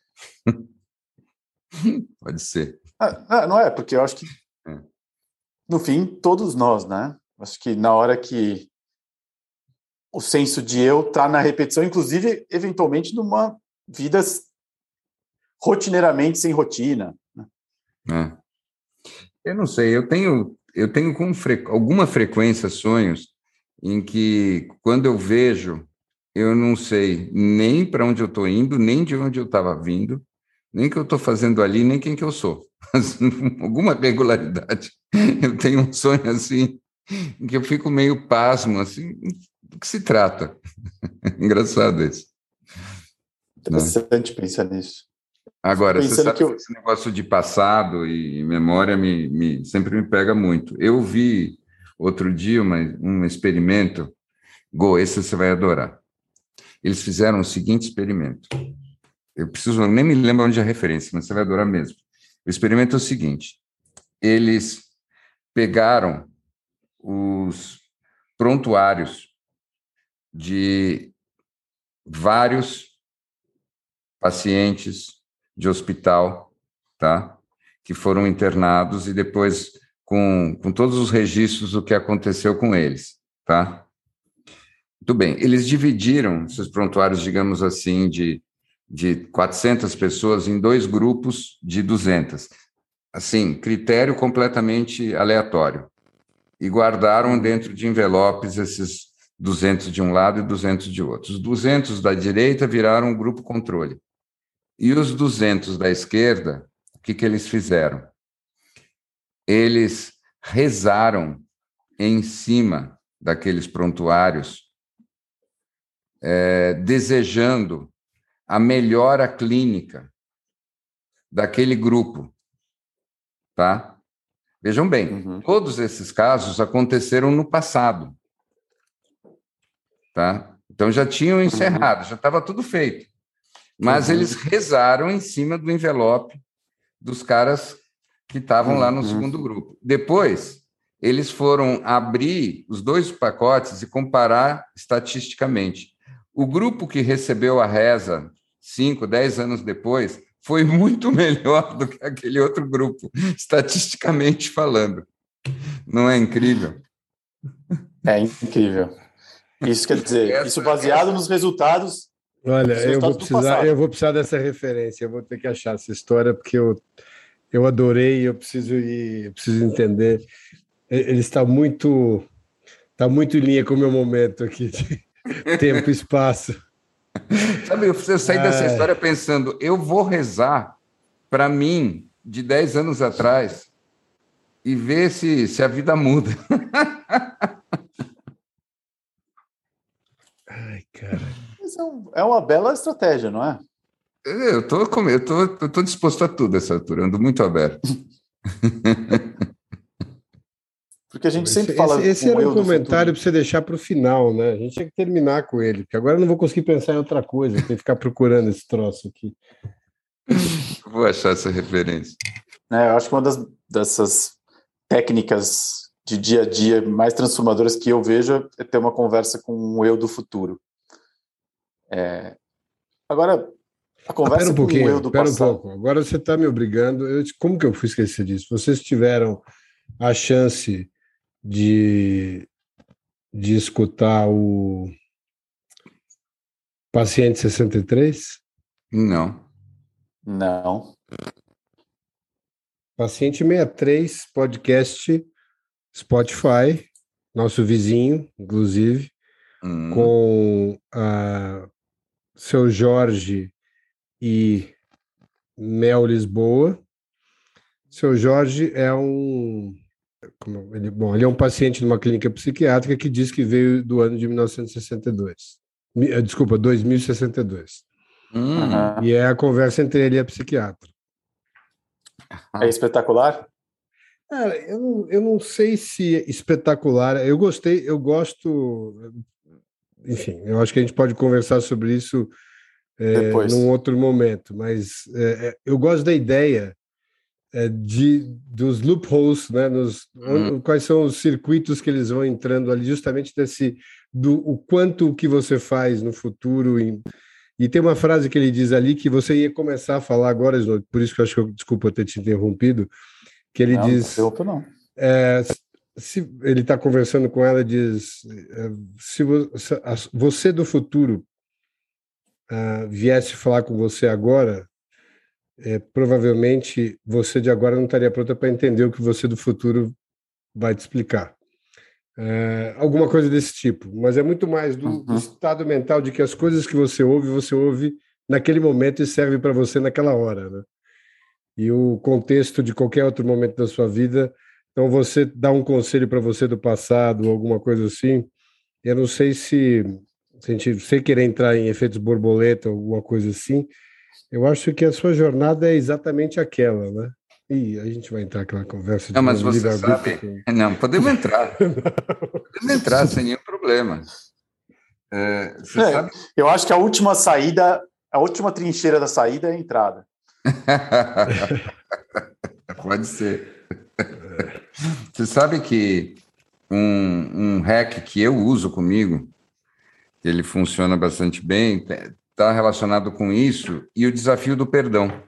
A: Pode ser.
B: Ah, não é, porque eu acho que, é. no fim, todos nós, né? Acho que na hora que o senso de eu está na repetição, inclusive, eventualmente, numa vida rotineiramente sem rotina. Né?
A: É. Eu não sei, eu tenho, eu tenho com fre... alguma frequência sonhos em que, quando eu vejo, eu não sei nem para onde eu estou indo, nem de onde eu estava vindo, nem o que eu estou fazendo ali, nem quem que eu sou. Mas, alguma regularidade. Eu tenho um sonho assim, em que eu fico meio pasmo, assim, do que se trata. Engraçado isso.
B: Interessante, né? Pensar nisso.
A: Agora, você sabe que eu... esse negócio de passado e memória me, me, sempre me pega muito. Eu vi outro dia uma, um experimento, Go, esse você vai adorar. Eles fizeram o seguinte experimento. Eu preciso, nem me lembro onde é a referência, mas você vai adorar mesmo. O experimento é o seguinte: eles pegaram os prontuários de vários pacientes de hospital, tá? Que foram internados e depois com, com todos os registros do que aconteceu com eles, tá? Muito bem, eles dividiram esses prontuários, digamos assim, de, de quatrocentas pessoas em dois grupos de duzentas. Assim, critério completamente aleatório. E guardaram dentro de envelopes esses duzentos de um lado e duzentos de outro. Os duzentos da direita viraram um grupo controle. E os duzentos da esquerda, o que, que eles fizeram? Eles rezaram em cima daqueles prontuários, é, desejando a melhora clínica daquele grupo, tá? Vejam bem, uhum. Todos esses casos aconteceram no passado, tá? Então já tinham encerrado, uhum. Já estava tudo feito. Mas uhum. Eles rezaram em cima do envelope dos caras que estavam uhum. lá no segundo grupo. Depois, eles foram abrir os dois pacotes e comparar estatisticamente. O grupo que recebeu a reza cinco, dez anos depois foi muito melhor do que aquele outro grupo, estatisticamente falando. Não é incrível?
B: É incrível. Isso quer dizer, essa, isso baseado essa... nos resultados...
C: Olha, eu vou, precisar, eu vou precisar dessa referência, eu vou ter que achar essa história, porque eu, eu adorei, eu preciso ir, eu preciso entender. Ele está muito, está muito em linha com o meu momento aqui de tempo e espaço.
A: Sabe, eu saí dessa Ai. história pensando, eu vou rezar para mim, de dez anos atrás, e ver se, se a vida muda.
C: Ai, cara.
B: Mas é, um, é uma bela estratégia, não é?
A: Eu tô, eu tô, eu tô disposto a tudo essa altura, ando muito aberto.
B: Porque a gente
C: esse,
B: sempre fala...
C: Esse, esse era um comentário para você deixar para o final, né? A gente tinha que terminar com ele, porque agora eu não vou conseguir pensar em outra coisa, tem que ficar procurando esse troço aqui.
A: Vou achar essa referência.
B: É, eu acho que uma das, dessas técnicas de dia a dia mais transformadoras que eu vejo é ter uma conversa com o eu do futuro. É... Agora... Conversa
C: um
B: com o
C: pouquinho,
B: eu do
C: espera um
B: passado.
C: pouco. Agora você está me obrigando. Eu, como que eu fui esquecer disso? Vocês tiveram a chance de, de escutar o Paciente sessenta e três?
A: Não.
B: Não.
C: Paciente sessenta e três, podcast Spotify, nosso vizinho, inclusive,
A: Hum.
C: com a seu Jorge e Mel Lisboa. Seu Jorge é um, como ele, bom, ele é um paciente numa clínica psiquiátrica que diz que veio do ano de mil novecentos e sessenta e dois. Mi- Desculpa, dois mil e sessenta e dois.
A: Hum.
B: Aham.
C: E é a conversa entre ele e a psiquiatra.
B: É espetacular?
C: Cara, eu não, eu não sei se é espetacular. Eu gostei, eu gosto. Enfim, eu acho que a gente pode conversar sobre isso é,
B: Depois.
C: num outro momento, mas é, é, eu gosto da ideia é, de, dos loopholes, né, nos, onde, quais são os circuitos que eles vão entrando ali, justamente desse, do o quanto que você faz no futuro. Em, e tem uma frase que ele diz ali que você ia começar a falar agora, Snow, por isso que eu acho que eu, desculpa ter te interrompido, que ele
B: Não,
C: diz...
B: não, não.
C: É, se ele está conversando com ela, diz: se você do futuro uh, viesse falar com você agora, é, provavelmente você de agora não estaria pronta para entender o que você do futuro vai te explicar. É, alguma coisa desse tipo, mas é muito mais do,
B: Uhum.
C: do estado mental de que as coisas que você ouve, você ouve naquele momento e serve para você naquela hora, né? E o contexto de qualquer outro momento da sua vida. Então, você dá um conselho para você do passado, alguma coisa assim. Eu não sei se, se a gente sem querer entrar em efeitos borboleta, alguma coisa assim. Eu acho que a sua jornada é exatamente aquela, né? E a gente vai entrar naquela conversa de
A: Não, mas
C: novo,
A: você
C: livre-arbítrio.
A: sabe. Não, podemos entrar. Podemos entrar sem nenhum problema. É, você
B: É,
A: sabe.
B: eu acho que a última saída, a última trincheira da saída é a entrada.
A: Pode ser. Você sabe que um, um hack que eu uso comigo, ele funciona bastante bem, está relacionado com isso e o desafio do perdão.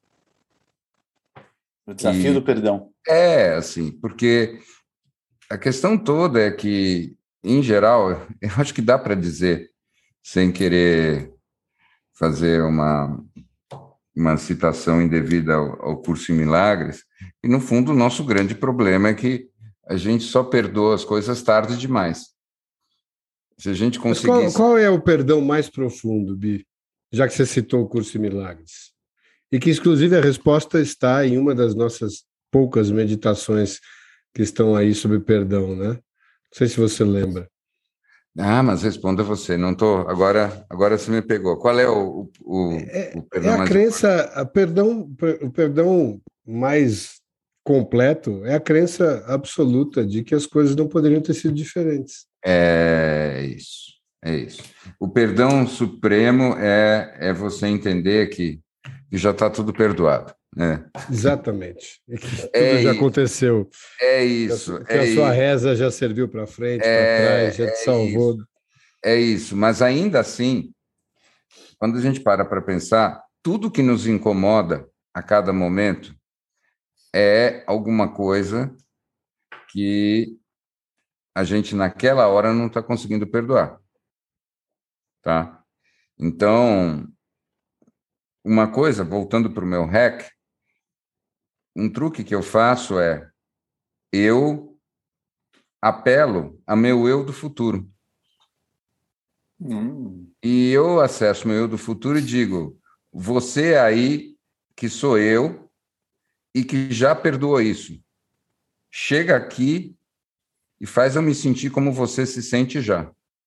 B: O desafio
A: que
B: do perdão.
A: É, assim, porque a questão toda é que, em geral, eu acho que dá para dizer, sem querer fazer uma, uma citação indevida ao, ao Curso em Milagres, e, no fundo, o nosso grande problema é que a gente só perdoa as coisas tarde demais. Se a gente
C: Mas qual,
A: conseguisse...
C: qual é o perdão mais profundo, Bi? Já que você citou o Curso em Milagres. E que, inclusive, a resposta está em uma das nossas poucas meditações que estão aí sobre perdão, né? Não sei se você lembra.
A: Ah, mas responda você. Não tô. Agora, agora você me pegou. Qual é o, o,
C: É,
A: o
C: é
A: perdão
C: a
A: mais
C: crença, a perdão, o perdão mais completo é a crença absoluta de que as coisas não poderiam ter sido diferentes.
A: É isso, é isso. O perdão supremo é, é você entender que, que já está tudo perdoado, né?
C: Exatamente. E que tudo
A: É
C: já
A: isso,
C: aconteceu.
A: é
C: Que a,
A: isso,
C: su- que
A: é
C: a sua
A: isso,
C: reza já serviu para frente, para trás,
A: é,
C: já te
A: é isso,
C: salvou.
A: é isso. Mas ainda assim, quando a gente para para pensar, tudo que nos incomoda a cada momento é alguma coisa que a gente naquela hora não está conseguindo perdoar, tá? Então, uma coisa, voltando para o meu hack, um truque que eu faço é eu apelo a meu eu do futuro.
B: Hum.
A: E eu acesso meu eu do futuro e digo, você aí, que sou eu, e que já perdoou isso, chega aqui e faz eu me sentir como você se sente já.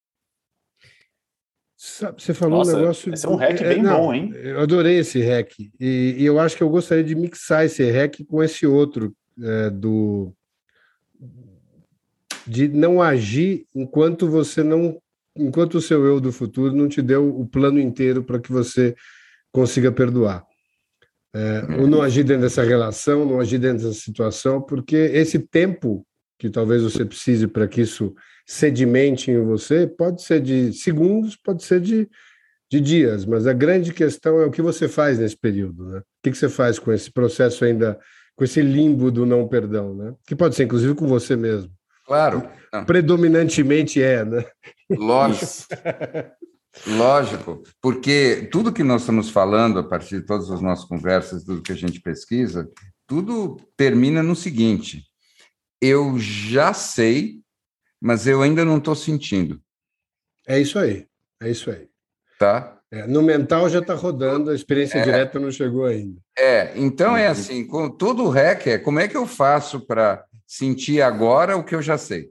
C: Sabe, você falou
B: Nossa,
C: um negócio.
B: esse é um hack
C: é,
B: bem
C: não,
B: bom, hein?
C: Eu adorei esse hack. E, e eu acho que eu gostaria de mixar esse hack com esse outro, é, do de não agir enquanto você não. Enquanto o seu eu do futuro não te deu o plano inteiro para que você consiga perdoar. É, ou não agir dentro dessa relação, não agir dentro dessa situação, porque esse tempo que talvez você precise para que isso sedimente em você pode ser de segundos, pode ser de de dias, mas a grande questão é o que você faz nesse período, né? O que que você faz com esse processo ainda, com esse limbo do não perdão, né? Que pode ser, inclusive, com você mesmo.
A: Claro.
C: Predominantemente é, né?
A: Lógico. Lógico, porque tudo que nós estamos falando, a partir de todas as nossas conversas, tudo que a gente pesquisa, tudo termina no seguinte: eu já sei, mas eu ainda não estou sentindo.
C: É isso aí, é isso aí.
A: Tá?
C: É, no mental já está rodando, a experiência
A: é,
C: direta não chegou ainda.
A: É, então é assim, com todo o REC é como é que eu faço para sentir agora o que eu já sei?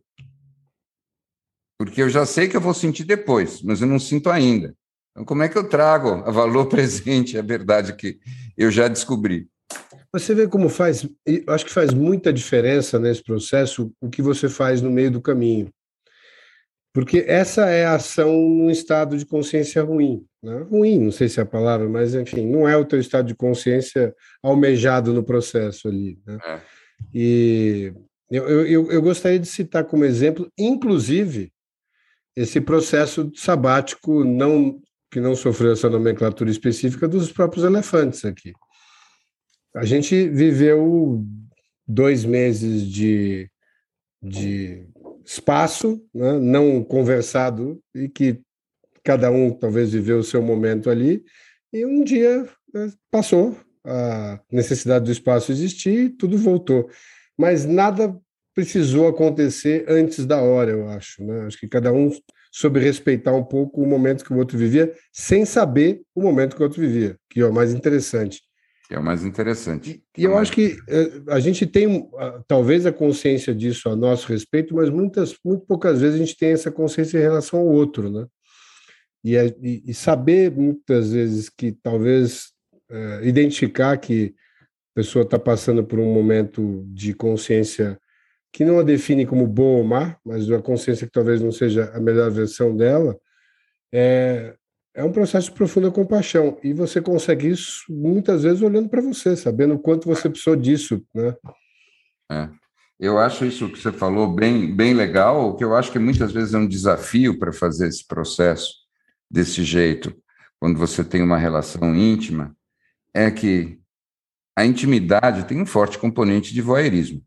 A: Porque eu já sei que eu vou sentir depois, mas eu não sinto ainda. Então, como é que eu trago a valor presente, a verdade que eu já descobri?
C: Você vê como faz, eu acho que faz muita diferença nesse processo o que você faz no meio do caminho. Porque essa é a ação num estado de consciência ruim. Né? Ruim, não sei se é a palavra, mas, enfim, não é o teu estado de consciência almejado no processo ali. Né?
A: É.
C: E eu, eu, eu gostaria de citar como exemplo, inclusive, esse processo sabático não, que não sofreu essa nomenclatura específica dos próprios elefantes aqui. A gente viveu dois meses de, de espaço, né, não conversado, e que cada um talvez viveu o seu momento ali, e um dia, né, passou, a necessidade do espaço existir e tudo voltou. Mas nada precisou acontecer antes da hora, eu acho. Né? Acho que cada um soube respeitar um pouco o momento que o outro vivia, sem saber o momento que o outro vivia, que é o mais interessante.
A: É o mais interessante.
C: E, e eu acho que uh, a gente tem, uh, talvez, a consciência disso a nosso respeito, mas muitas, muito poucas vezes a gente tem essa consciência em relação ao outro, né? E, e, e saber, muitas vezes, que talvez uh, identificar que a pessoa está passando por um momento de consciência que não a define como boa ou má, mas uma consciência que talvez não seja a melhor versão dela, é, é um processo de profunda compaixão. E você consegue isso muitas vezes olhando para você, sabendo o quanto você precisou disso, né?
A: É. Eu acho isso que você falou bem, bem legal, o que eu acho que muitas vezes é um desafio para fazer esse processo desse jeito, quando você tem uma relação íntima, é que a intimidade tem um forte componente de voyeurismo.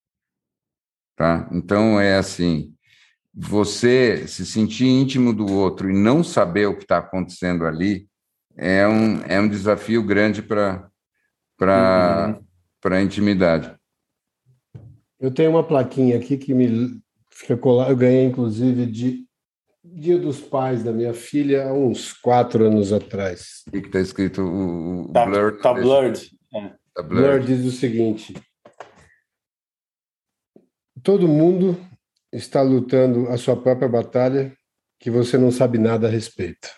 A: Tá? Então, é assim, você se sentir íntimo do outro e não saber o que está acontecendo ali é um, é um desafio grande para para para a intimidade.
C: Eu tenho uma plaquinha aqui que me fica colada, eu ganhei, inclusive, de Dia dos Pais da minha filha há uns quatro anos atrás.
A: O que está escrito? O, o
B: tá,
A: Blur,
B: tá blurred. É.
A: Tá
C: Blur diz o seguinte: todo mundo está lutando a sua própria batalha que você não sabe nada a respeito.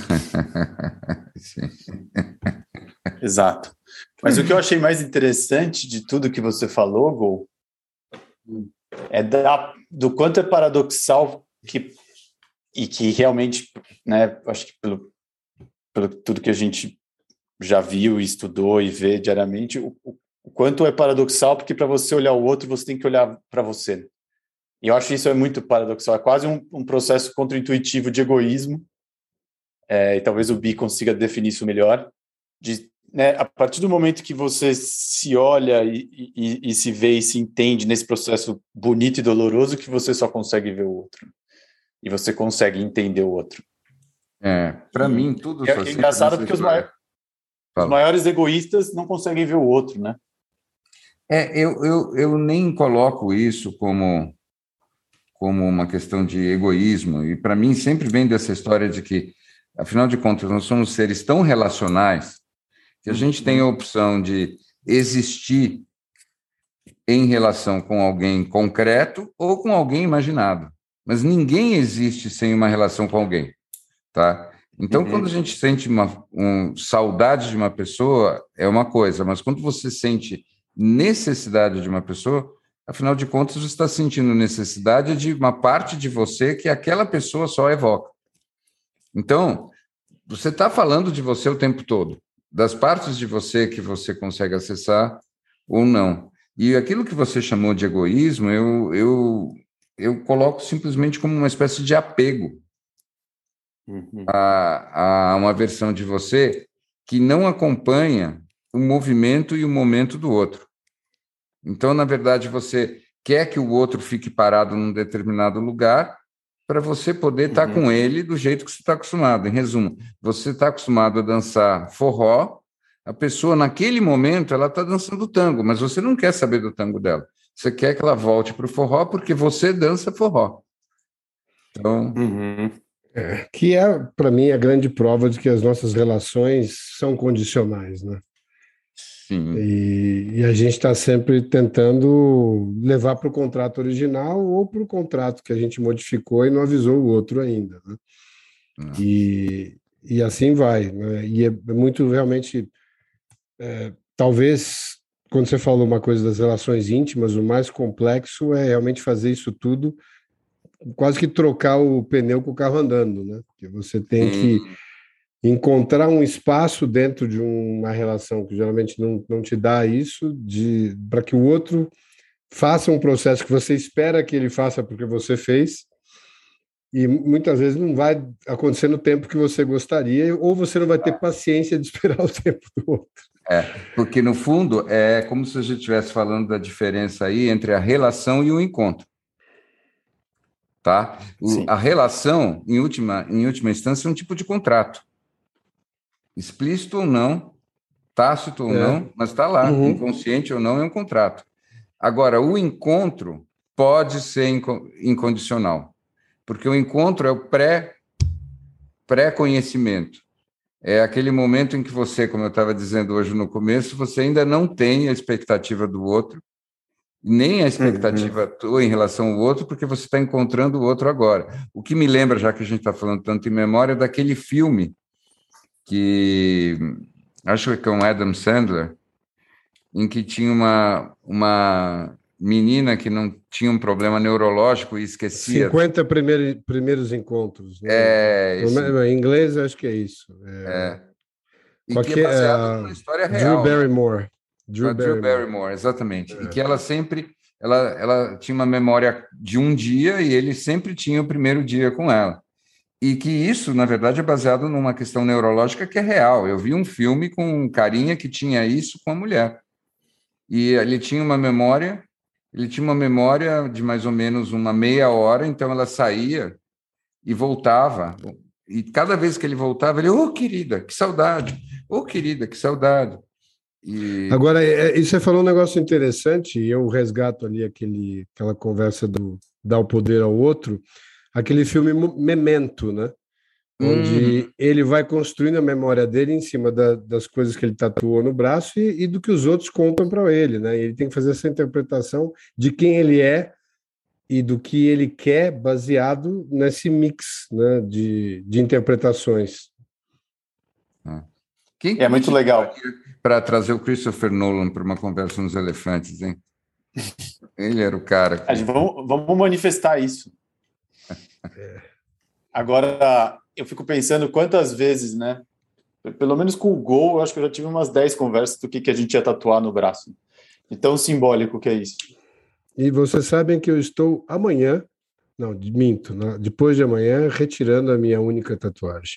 A: Sim.
B: Exato. Mas o que eu achei mais interessante de tudo que você falou, Gol, é da, do quanto é paradoxal que, e que realmente, né, acho que pelo, pelo tudo que a gente já viu, estudou e vê diariamente, o, o quanto é paradoxal, porque para você olhar o outro, você tem que olhar para você. E eu acho que isso é muito paradoxal, é quase um, um processo contra-intuitivo de egoísmo, é, e talvez o Bi consiga definir isso melhor, de, né, a partir do momento que você se olha e, e, e se vê e se entende nesse processo bonito e doloroso, que você só consegue ver o outro. E você consegue entender o outro.
A: É, para mim, tudo
B: é,
A: só
B: é engraçado porque os, mai... os maiores egoístas não conseguem ver o outro, né?
A: É, eu, eu, eu nem coloco isso como, como uma questão de egoísmo, e para mim sempre vem dessa história de que, afinal de contas, nós somos seres tão relacionais que a gente tem a opção de existir em relação com alguém concreto ou com alguém imaginado. Mas ninguém existe sem uma relação com alguém, tá? Então, uhum. Quando a gente sente uma um, saudade de uma pessoa, é uma coisa, mas quando você sente necessidade de uma pessoa, afinal de contas, você está sentindo necessidade de uma parte de você que aquela pessoa só evoca. Então, você está falando de você o tempo todo, das partes de você que você consegue acessar ou não. E aquilo que você chamou de egoísmo, eu, eu, eu coloco simplesmente como uma espécie de apego.
B: Uhum.
A: a, a uma versão de você que não acompanha o movimento e o momento do outro. Então, na verdade, você quer que o outro fique parado num determinado lugar para você poder estar
B: Uhum.
A: com ele do jeito que você está acostumado. Em resumo, você está acostumado a dançar forró, a pessoa, naquele momento, ela está dançando tango, mas você não quer saber do tango dela. Você quer que ela volte para o forró porque você dança forró. Então...
B: Uhum.
C: É, que é, para mim, a grande prova de que as nossas relações são condicionais, né?
A: Sim.
C: E, e a gente está sempre tentando levar para o contrato original ou para o contrato que a gente modificou e não avisou o outro ainda, né? E, e assim vai, né? E é muito realmente, é, talvez, quando você falou uma coisa das relações íntimas, o mais complexo é realmente fazer isso tudo, quase que trocar o pneu com o carro andando, né? Porque você tem
A: Sim.
C: que encontrar um espaço dentro de uma relação que geralmente não, não te dá isso, de para que o outro faça um processo que você espera que ele faça porque você fez, e muitas vezes não vai acontecer no tempo que você gostaria, ou você não vai ter paciência de esperar o tempo do outro.
A: É, porque no fundo é como se a gente estivesse falando da diferença aí entre a relação e o encontro. Tá? O, a relação, em última, em última instância, é um tipo de contrato. Explícito ou não, tácito ou
C: É.
A: não, mas está lá,
C: Uhum.
A: inconsciente ou não, é um contrato. Agora, o encontro pode ser inco incondicional, porque o encontro é o pré, pré-conhecimento. É aquele momento em que você, como eu estava dizendo hoje no começo, você ainda não tem a expectativa do outro, nem a expectativa uhum. tua em relação ao outro, porque você está encontrando o outro agora. O que me lembra, já que a gente está falando tanto em memória, daquele filme que acho que é com Adam Sandler, em que tinha uma, uma menina que não tinha um problema neurológico e esquecia.
C: cinquenta primeiro, primeiros encontros. Né?
A: É, esse...
C: Em inglês, acho que é isso. É...
A: é. E
C: Qual
A: que é
C: que é
A: baseado
C: a...
A: numa história
C: Drew
A: real.
C: Barrymore.
A: Né?
C: Drew,
A: Drew
C: Barrymore.
A: Barrymore, exatamente.
C: É.
A: E que ela sempre ela, ela tinha uma memória de um dia e ele sempre tinha o primeiro dia com ela. E que isso, na verdade, é baseado numa questão neurológica que é real. Eu vi um filme com um carinha que tinha isso com a mulher. E ele tinha uma memória, ele tinha uma memória de mais ou menos uma meia hora, então ela saía e voltava. E cada vez que ele voltava, ele, ô oh, querida, que saudade, ô oh, querida, que saudade. E...
C: Agora, é, e você falou um negócio interessante, e eu resgato ali aquele, aquela conversa do dar o poder ao outro, aquele filme Memento, né? Onde hum. ele vai construindo a memória dele em cima da, das coisas que ele tatuou no braço e, e do que os outros contam para ele, né? E ele tem que fazer essa interpretação de quem ele é e do que ele quer, baseado nesse mix, né, de, de interpretações.
A: Ah. Quem
B: é muito legal
A: para trazer o Christopher Nolan para uma conversa nos elefantes, hein? Ele era o cara. Que...
B: Vamos, vamos manifestar isso. É. Agora, eu fico pensando quantas vezes, né? Pelo menos com o Gol, eu acho que eu já tive umas dez conversas do que, que a gente ia tatuar no braço. E tão simbólico que é isso.
C: E vocês sabem que eu estou amanhã, não, minto, depois de amanhã, retirando a minha única tatuagem.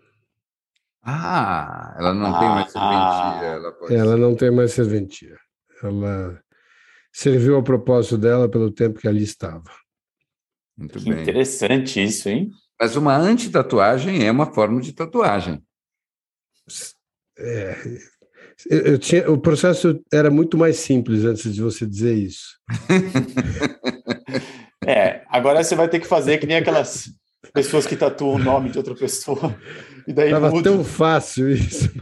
A: Ah, ela não ah, tem mais serventia. Ela, pode
C: ela não tem mais serventia. Ela serviu ao propósito dela pelo tempo que ali estava.
A: Muito
B: que
A: bem.
B: Interessante isso, hein?
A: Mas uma antitatuagem é uma forma de tatuagem.
C: É, eu, eu tinha, o processo era muito mais simples antes de você dizer isso.
B: É, agora você vai ter que fazer que nem aquelas pessoas que tatuam o nome de outra pessoa. E daí
C: Tava
B: muda.
C: tão fácil isso.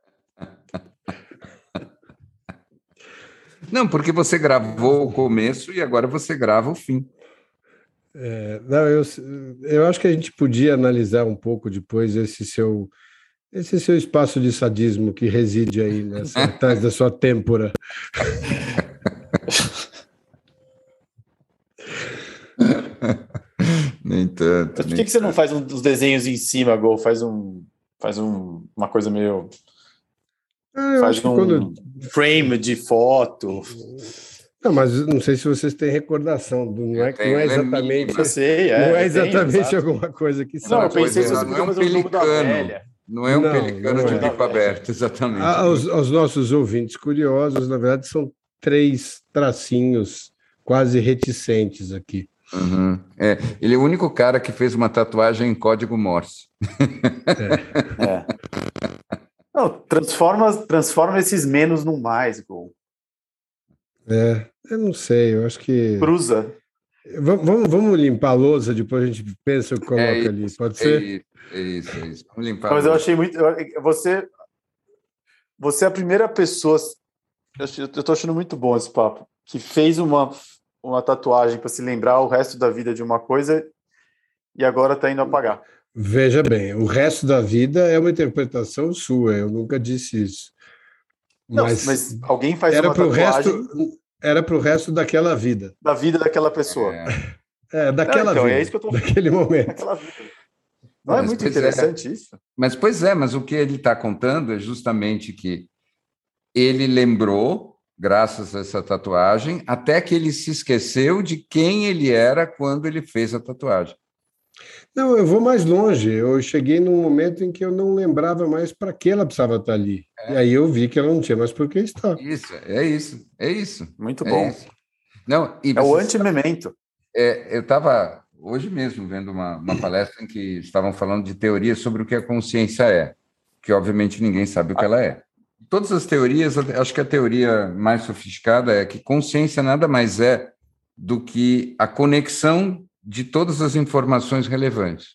A: Não, porque você gravou o começo e agora você grava o fim.
C: É, não, eu, eu acho que a gente podia analisar um pouco depois esse seu, esse seu espaço de sadismo que reside aí nessa, atrás da sua têmpora.
A: Nem tanto.
B: Mas por
A: nem
B: que, que você
A: tanto.
B: não faz um, uns desenhos em cima, Gol? Faz, um, faz um, uma coisa meio...
C: Ah, eu
B: faz
C: acho
B: um
C: que quando...
B: frame de foto.
C: Não, mas não sei se vocês têm recordação, não é, não é exatamente,
B: eu sei, é,
C: não é exatamente
B: tenho,
C: alguma coisa que
B: não, eu
C: sabe.
B: pensei se
A: Não,
B: você
A: não
B: podia
A: é um
B: fazer o jogo da
A: pelicano,
B: velha.
A: não é um
C: Não,
A: pelicano
C: não
A: de
C: é.
A: bico aberto, exatamente.
C: Aos, aos nossos ouvintes curiosos, na verdade, são três tracinhos quase reticentes aqui.
A: Uhum. É, ele é o único cara que fez uma tatuagem em código Morse.
B: É. É. Não, transforma, transforma esses menos num mais, Gol.
C: É, eu não sei, eu acho que.
B: Cruza.
C: Vamos, vamos, vamos limpar a louça, depois a gente pensa e coloca
A: É isso,
C: ali, pode
A: é
C: ser?
A: isso, é isso, é isso. Vamos limpar.
B: Mas
A: a
B: eu
A: louça.
B: achei muito. eu- Você, você é a primeira pessoa. Eu ach- eu tô achando muito bom esse papo. Que fez uma, uma tatuagem para se lembrar o resto da vida de uma coisa e agora tá indo apagar.
C: Veja bem, o resto da vida é uma interpretação sua, eu nunca disse isso.
B: Não,
C: Mas,
B: mas alguém faz
C: era
B: uma
C: para o
B: tatuagem
C: resto, era para o resto daquela vida.
B: da vida daquela pessoa.
A: É,
C: É, daquela
B: Não, então,
C: vida,
B: é isso que eu tô
C: daquele momento.
B: daquela vida. Não é
A: mas,
B: muito
A: pois é.
B: interessante isso?
A: Mas, pois é, mas o que ele está contando é justamente que ele lembrou, graças a essa tatuagem, até que ele se esqueceu de quem ele era quando ele fez a tatuagem.
C: Não, eu vou mais longe. Eu cheguei num momento em que eu não lembrava mais para que ela precisava estar ali.
A: É.
C: E aí eu vi que ela não tinha mais por que estar.
A: Isso, é isso, é isso.
B: Muito
A: é
B: bom.
A: isso. Não, e
B: É o
A: você sabe,
B: anti-memento.
A: é, eu estava hoje mesmo vendo uma, uma palestra em que estavam falando de teorias sobre o que a consciência é, que obviamente ninguém sabe o que ela é. Todas as teorias, acho que a teoria mais sofisticada é que consciência nada mais é do que a conexão de todas as informações relevantes.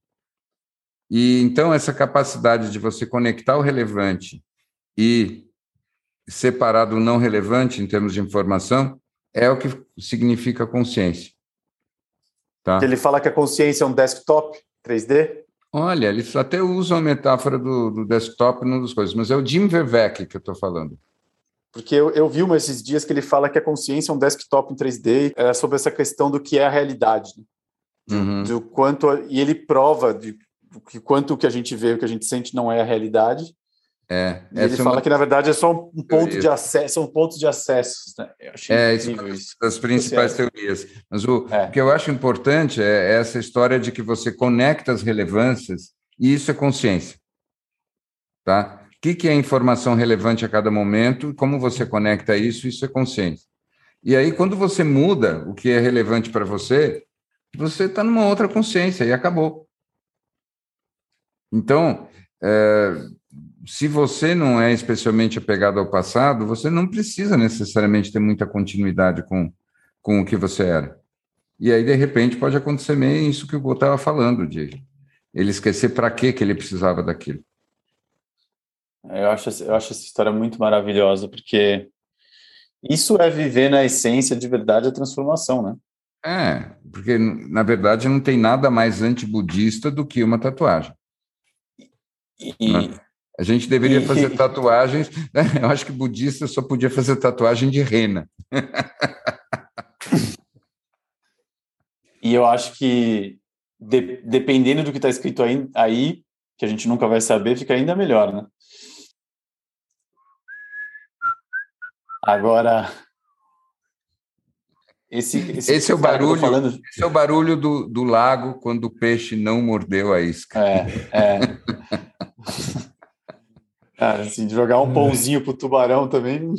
A: E então essa capacidade de você conectar o relevante e separar do não relevante em termos de informação é o que significa consciência. Tá?
B: Ele fala que a consciência é um desktop três D.
A: Olha, eles até usam a metáfora do, do desktop numa das coisas, mas é o Jim Vervaeke que eu estou falando.
B: Porque eu, eu vi uma esses dias que ele fala que a consciência é um desktop em três D, é sobre essa questão do que é a realidade. Né? De,
A: Uhum.
B: de o quanto, e ele prova de que quanto o que a gente vê, o que a gente sente não é a realidade.
A: É,
B: e ele
A: é
B: fala
A: uma...
B: que, na verdade, é só um ponto
A: teoria.
B: de acesso, são pontos de acesso. Né? Eu achei
A: É,
B: incrível
A: isso
B: isso.
A: é uma das principais
B: Você
A: teorias. Mas o,
B: é.
A: o que eu acho importante é essa história de que você conecta as relevâncias e isso é consciência. Tá? O que, que é informação relevante a cada momento e como você conecta isso, isso é consciência. E aí, quando você muda o que é relevante para você, você está numa outra consciência e acabou. Então, é, se você não é especialmente apegado ao passado, você não precisa necessariamente ter muita continuidade com, com o que você era. E aí, de repente, pode acontecer meio isso que o Gô estava falando, de ele esquecer para que ele precisava daquilo.
B: Eu acho, eu acho essa história muito maravilhosa, porque isso é viver na essência de verdade a transformação, né?
A: É, porque, na verdade, não tem nada mais antibudista do que uma tatuagem.
B: E,
A: né? A gente deveria
B: e,
A: fazer tatuagens. Né? Eu acho que budista só podia fazer tatuagem de rena.
B: E eu acho que, de, dependendo do que está escrito aí, aí, que a gente nunca vai saber, fica ainda melhor, né? Agora, esse, esse,
A: Esse é o
B: cara que eu tô
A: barulho,
B: falando,
A: esse é o barulho do, do lago quando o peixe não mordeu a isca.
B: é, é. Cara, assim, jogar um pãozinho pro tubarão também.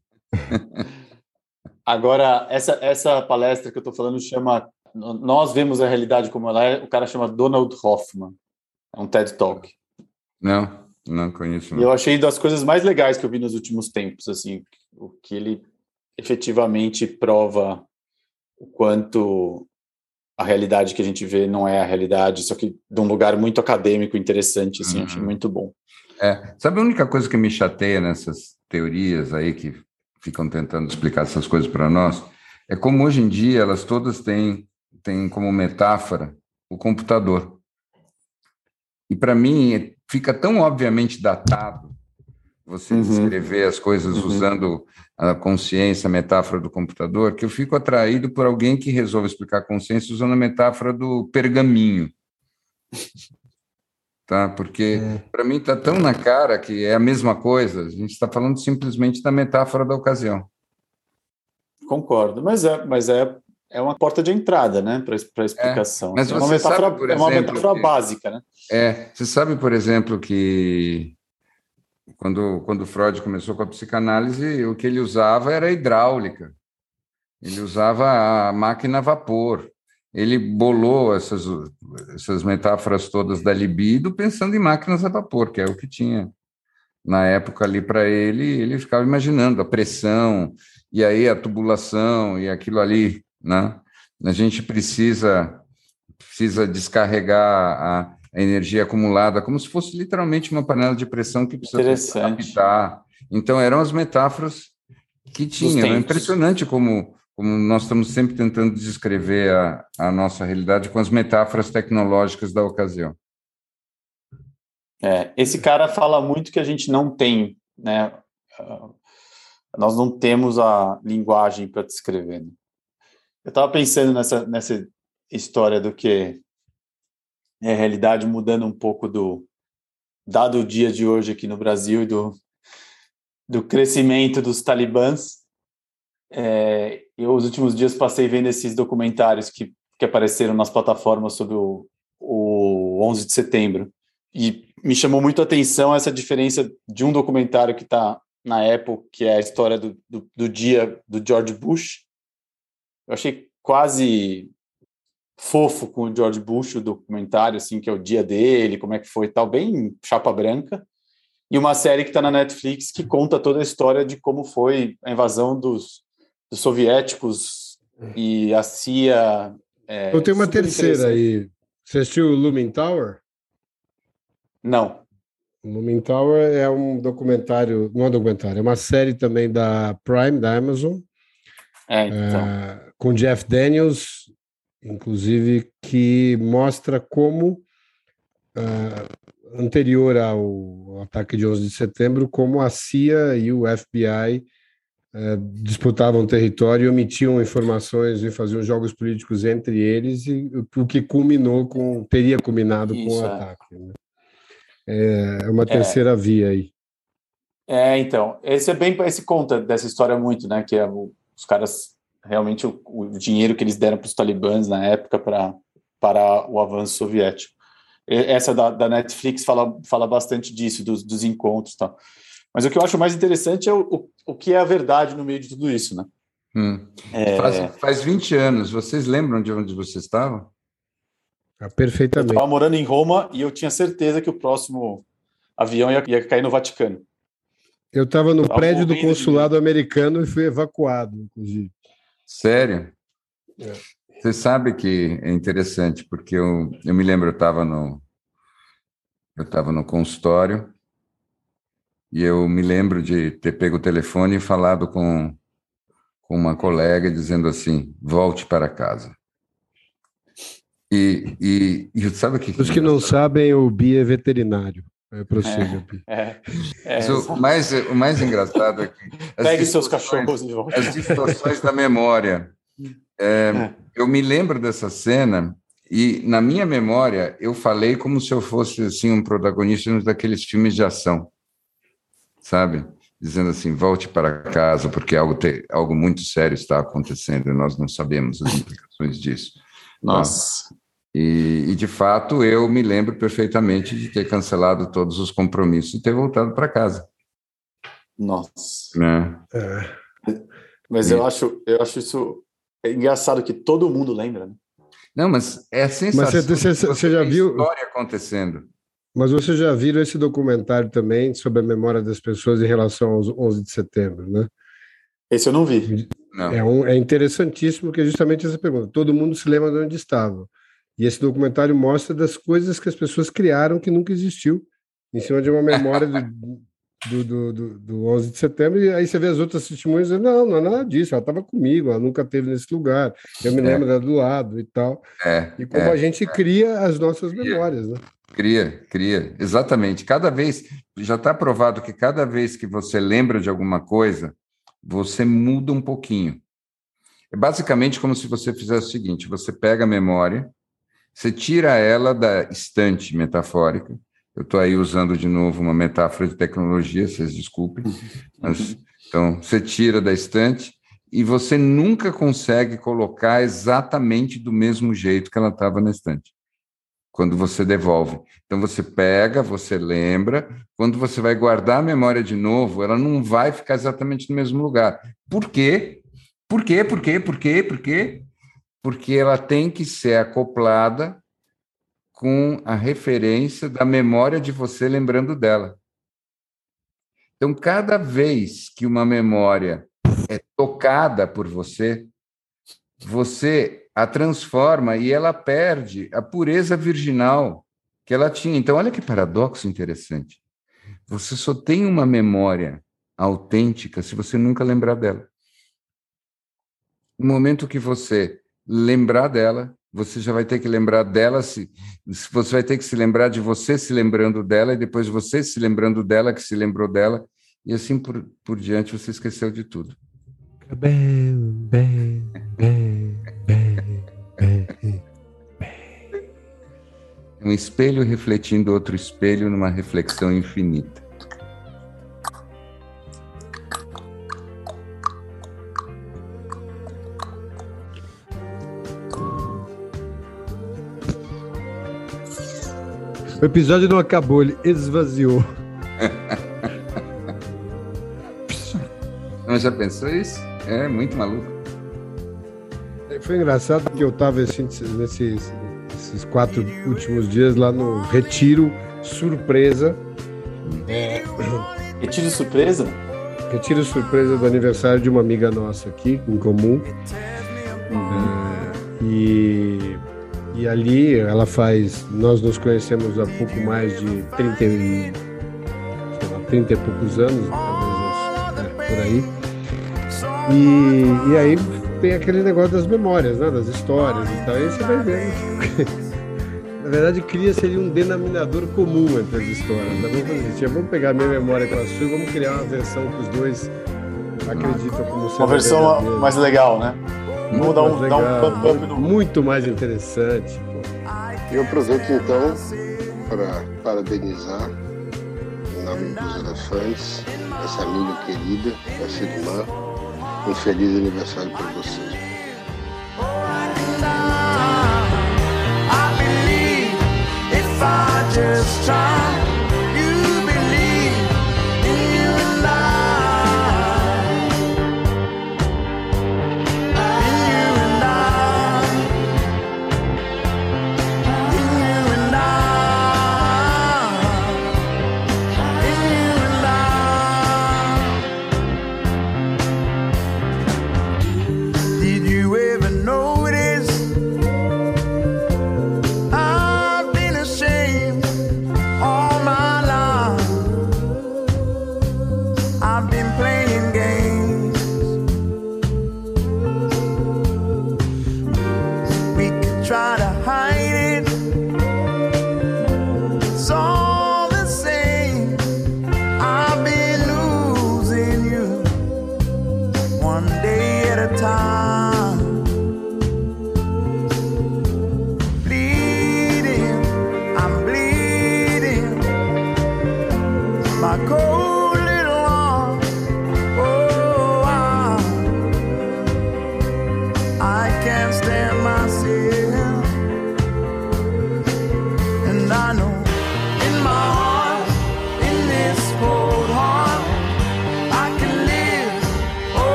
B: Agora, essa, essa palestra que eu tô falando chama Nós Vemos a Realidade Como Ela É, o cara chama Donald Hoffman. É um TED Talk.
A: Não, não conheço. Não.
B: E eu achei das coisas mais legais que eu vi nos últimos tempos, assim, o que ele efetivamente prova o quanto a realidade que a gente vê não é a realidade, só que de um lugar muito acadêmico, interessante, assim, uhum. Achei muito bom.
A: É, sabe a única coisa que me chateia nessas teorias aí que ficam tentando explicar essas coisas para nós? É como hoje em dia elas todas têm, têm como metáfora o computador. E para mim fica tão obviamente datado você uhum. descrever as coisas uhum. usando a consciência, a metáfora do computador, que eu fico atraído por alguém que resolve explicar a consciência usando a metáfora do pergaminho. Tá? Porque, é. para mim, está tão na cara que é a mesma coisa, a gente está falando simplesmente da metáfora da ocasião.
B: concordo, mas é, mas é, é uma porta de entrada, né, para a explicação.
A: É, mas
B: é
A: você
B: uma metáfora,
A: sabe, por
B: é uma
A: exemplo,
B: metáfora
A: que,
B: básica, né?
A: é, você sabe, por exemplo, que quando, quando Freud começou com a psicanálise, o que ele usava era a hidráulica, ele usava a máquina a vapor, ele bolou essas, essas metáforas todas da libido pensando em máquinas a vapor, que é o que tinha na época ali para ele, ele ficava imaginando a pressão, e aí a tubulação, e aquilo ali, né? A gente precisa, precisa descarregar a, a energia acumulada, como se fosse literalmente uma panela de pressão que precisa apitar. Então, eram as metáforas que tinham. É impressionante como, como nós estamos sempre tentando descrever a, a nossa realidade com as metáforas tecnológicas da ocasião.
B: É, esse cara fala muito que a gente não tem, né? Uh, nós não temos a linguagem para descrever. Né? Eu estava pensando nessa, nessa história do que é a realidade mudando um pouco do dado o dia de hoje aqui no Brasil e do, do crescimento dos talibãs. É, eu, os últimos dias, passei vendo esses documentários que, que apareceram nas plataformas sobre o, o onze de setembro. E me chamou muito a atenção essa diferença de um documentário que está na Apple, que é a história do, do, do dia do George Bush. Eu achei quase fofo com o George Bush, o documentário, assim, que é o dia dele, como é que foi e tal, bem chapa branca. E uma série que está na Netflix que conta toda a história de como foi a invasão dos, dos soviéticos e a C I A. É,
C: eu tenho uma terceira aí. Você assistiu o Looming Tower?
B: Não.
C: Looming Tower é um documentário, não é um documentário, é uma série também da Prime, da Amazon,
B: é, então.
C: é, com Jeff Daniels, inclusive, que mostra como, uh, anterior ao ataque de onze de setembro, como a C I A e o F B I uh, disputavam território e omitiam informações e faziam jogos políticos entre eles, e o que culminou com, teria culminado Isso, com o ataque. É. Né? É uma terceira é, via aí.
B: É, então, esse é bem, esse conta dessa história muito, né, que é o, os caras, realmente o, o dinheiro que eles deram para os talibãs na época para para o avanço soviético. Essa da, da Netflix fala, fala bastante disso, dos, dos encontros e tal. Mas o que eu acho mais interessante é o, o, o que é a verdade no meio de tudo isso, né?
A: Hum. É... Faz, faz vinte anos, vocês lembram de onde você estava?
C: Ah, perfeitamente.
B: Eu estava morando em Roma e eu tinha certeza que o próximo avião ia, ia cair no Vaticano.
C: Eu estava no eu prédio do consulado americano e fui evacuado, inclusive.
A: Sério? É. Você sabe que é interessante, porque eu, eu me lembro, eu estava no, eu estava no consultório e eu me lembro de ter pego o telefone e falado com, com uma colega dizendo assim, volte para casa. E, e, e sabe o que...
C: Os que não sabem, o Bi é veterinário. É, prossiga, Bi.
B: É, é, é,
A: o, mais, o mais engraçado é que...
B: Pegue seus cachorros de volta.
A: As distorções da memória. É, eu me lembro dessa cena e, na minha memória, eu falei como se eu fosse assim, um protagonista daqueles filmes de ação, sabe? Dizendo assim, volte para casa, porque algo, te, algo muito sério está acontecendo e nós não sabemos as implicações disso.
B: Nossa.
A: E, e, de fato, eu me lembro perfeitamente de ter cancelado todos os compromissos e ter voltado para casa.
B: Nossa.
A: Né?
B: É. Mas e... eu, acho, eu acho isso é engraçado que todo mundo lembra, né?
A: Não, mas é a sensação
C: mas você, você, você já viu
A: história acontecendo.
C: Mas você já viu esse documentário também sobre a memória das pessoas em relação aos onze de setembro, né?
B: Esse eu não vi.
A: Não.
C: É, um, é interessantíssimo, que é justamente essa pergunta. Todo mundo se lembra de onde estava. E esse documentário mostra das coisas que as pessoas criaram que nunca existiu, em cima de uma memória do, do, do, do, do onze de setembro, e aí você vê as outras testemunhas dizendo, não, não é nada disso, ela estava comigo, ela nunca esteve nesse lugar, eu me lembro é. dela do lado e tal.
A: É,
C: e como
A: é,
C: a gente
A: é.
C: cria as nossas
A: cria,
C: memórias, né?
A: Cria, cria, exatamente. Cada vez, já está provado que cada vez que você lembra de alguma coisa, você muda um pouquinho. É basicamente como se você fizesse o seguinte, você pega a memória, você tira ela da estante metafórica. Eu estou aí usando de novo uma metáfora de tecnologia, vocês desculpem. Mas, então, você tira da estante e você nunca consegue colocar exatamente do mesmo jeito que ela estava na estante, quando você devolve. Então, você pega, você lembra, quando você vai guardar a memória de novo, ela não vai ficar exatamente no mesmo lugar. Por quê? Por quê? Por quê? Por quê? Por quê? Porque ela tem que ser acoplada com a referência da memória de você lembrando dela. Então, cada vez que uma memória é tocada por você, você a transforma e ela perde a pureza virginal que ela tinha. Então, olha que paradoxo interessante. Você só tem uma memória autêntica se você nunca lembrar dela. No momento que você lembrar dela, você já vai ter que lembrar dela, se, você vai ter que se lembrar de você se lembrando dela, e depois você se lembrando dela, que se lembrou dela, e assim por, por diante você esqueceu de tudo.
C: Bem, bem, bem, bem, bem.
A: Um espelho refletindo outro espelho numa reflexão infinita.
C: O episódio não acabou, ele esvaziou.
A: Mas já pensou isso? É muito maluco.
C: Foi engraçado que eu estava assim, nesses, nesses quatro últimos dias lá no Retiro Surpresa.
B: É... Retiro Surpresa?
C: Retiro Surpresa do aniversário de uma amiga nossa aqui, em comum. Uhum. É, e... E ali ela faz, nós nos conhecemos há pouco mais de trinta, sei lá, trinta e poucos anos, talvez é, por aí. E, e aí tem aquele negócio das memórias, né, das histórias e tal. E aí você vai vendo. Na verdade, cria-se ali um denominador comum entre as histórias. Né? Vamos fazer isso, vamos pegar a minha memória com a sua e vamos criar uma versão que os dois acreditam como sendo
B: uma versão verdadeira. Mais legal, né? Vamos dar um, dar um pump up no...
C: Muito mais interessante.
D: Eu aproveito então para parabenizar em nome dos elefantes, essa amiga querida, essa irmã, um feliz aniversário para vocês.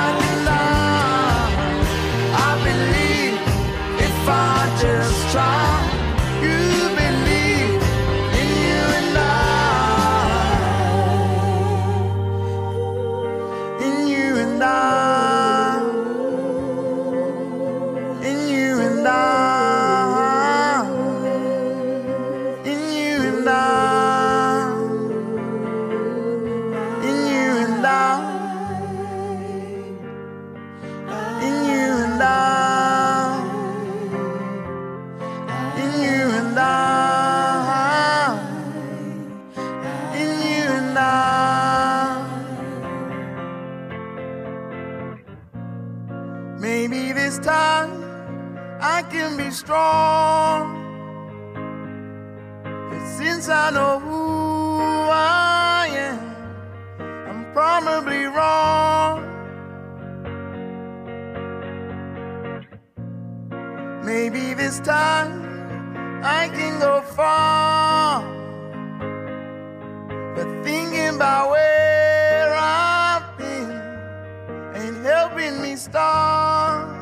E: Just try. Maybe this time I can be strong. But since I know who I am, I'm probably wrong. Maybe this time I can go far. But thinking about where I've been ain't helping me start.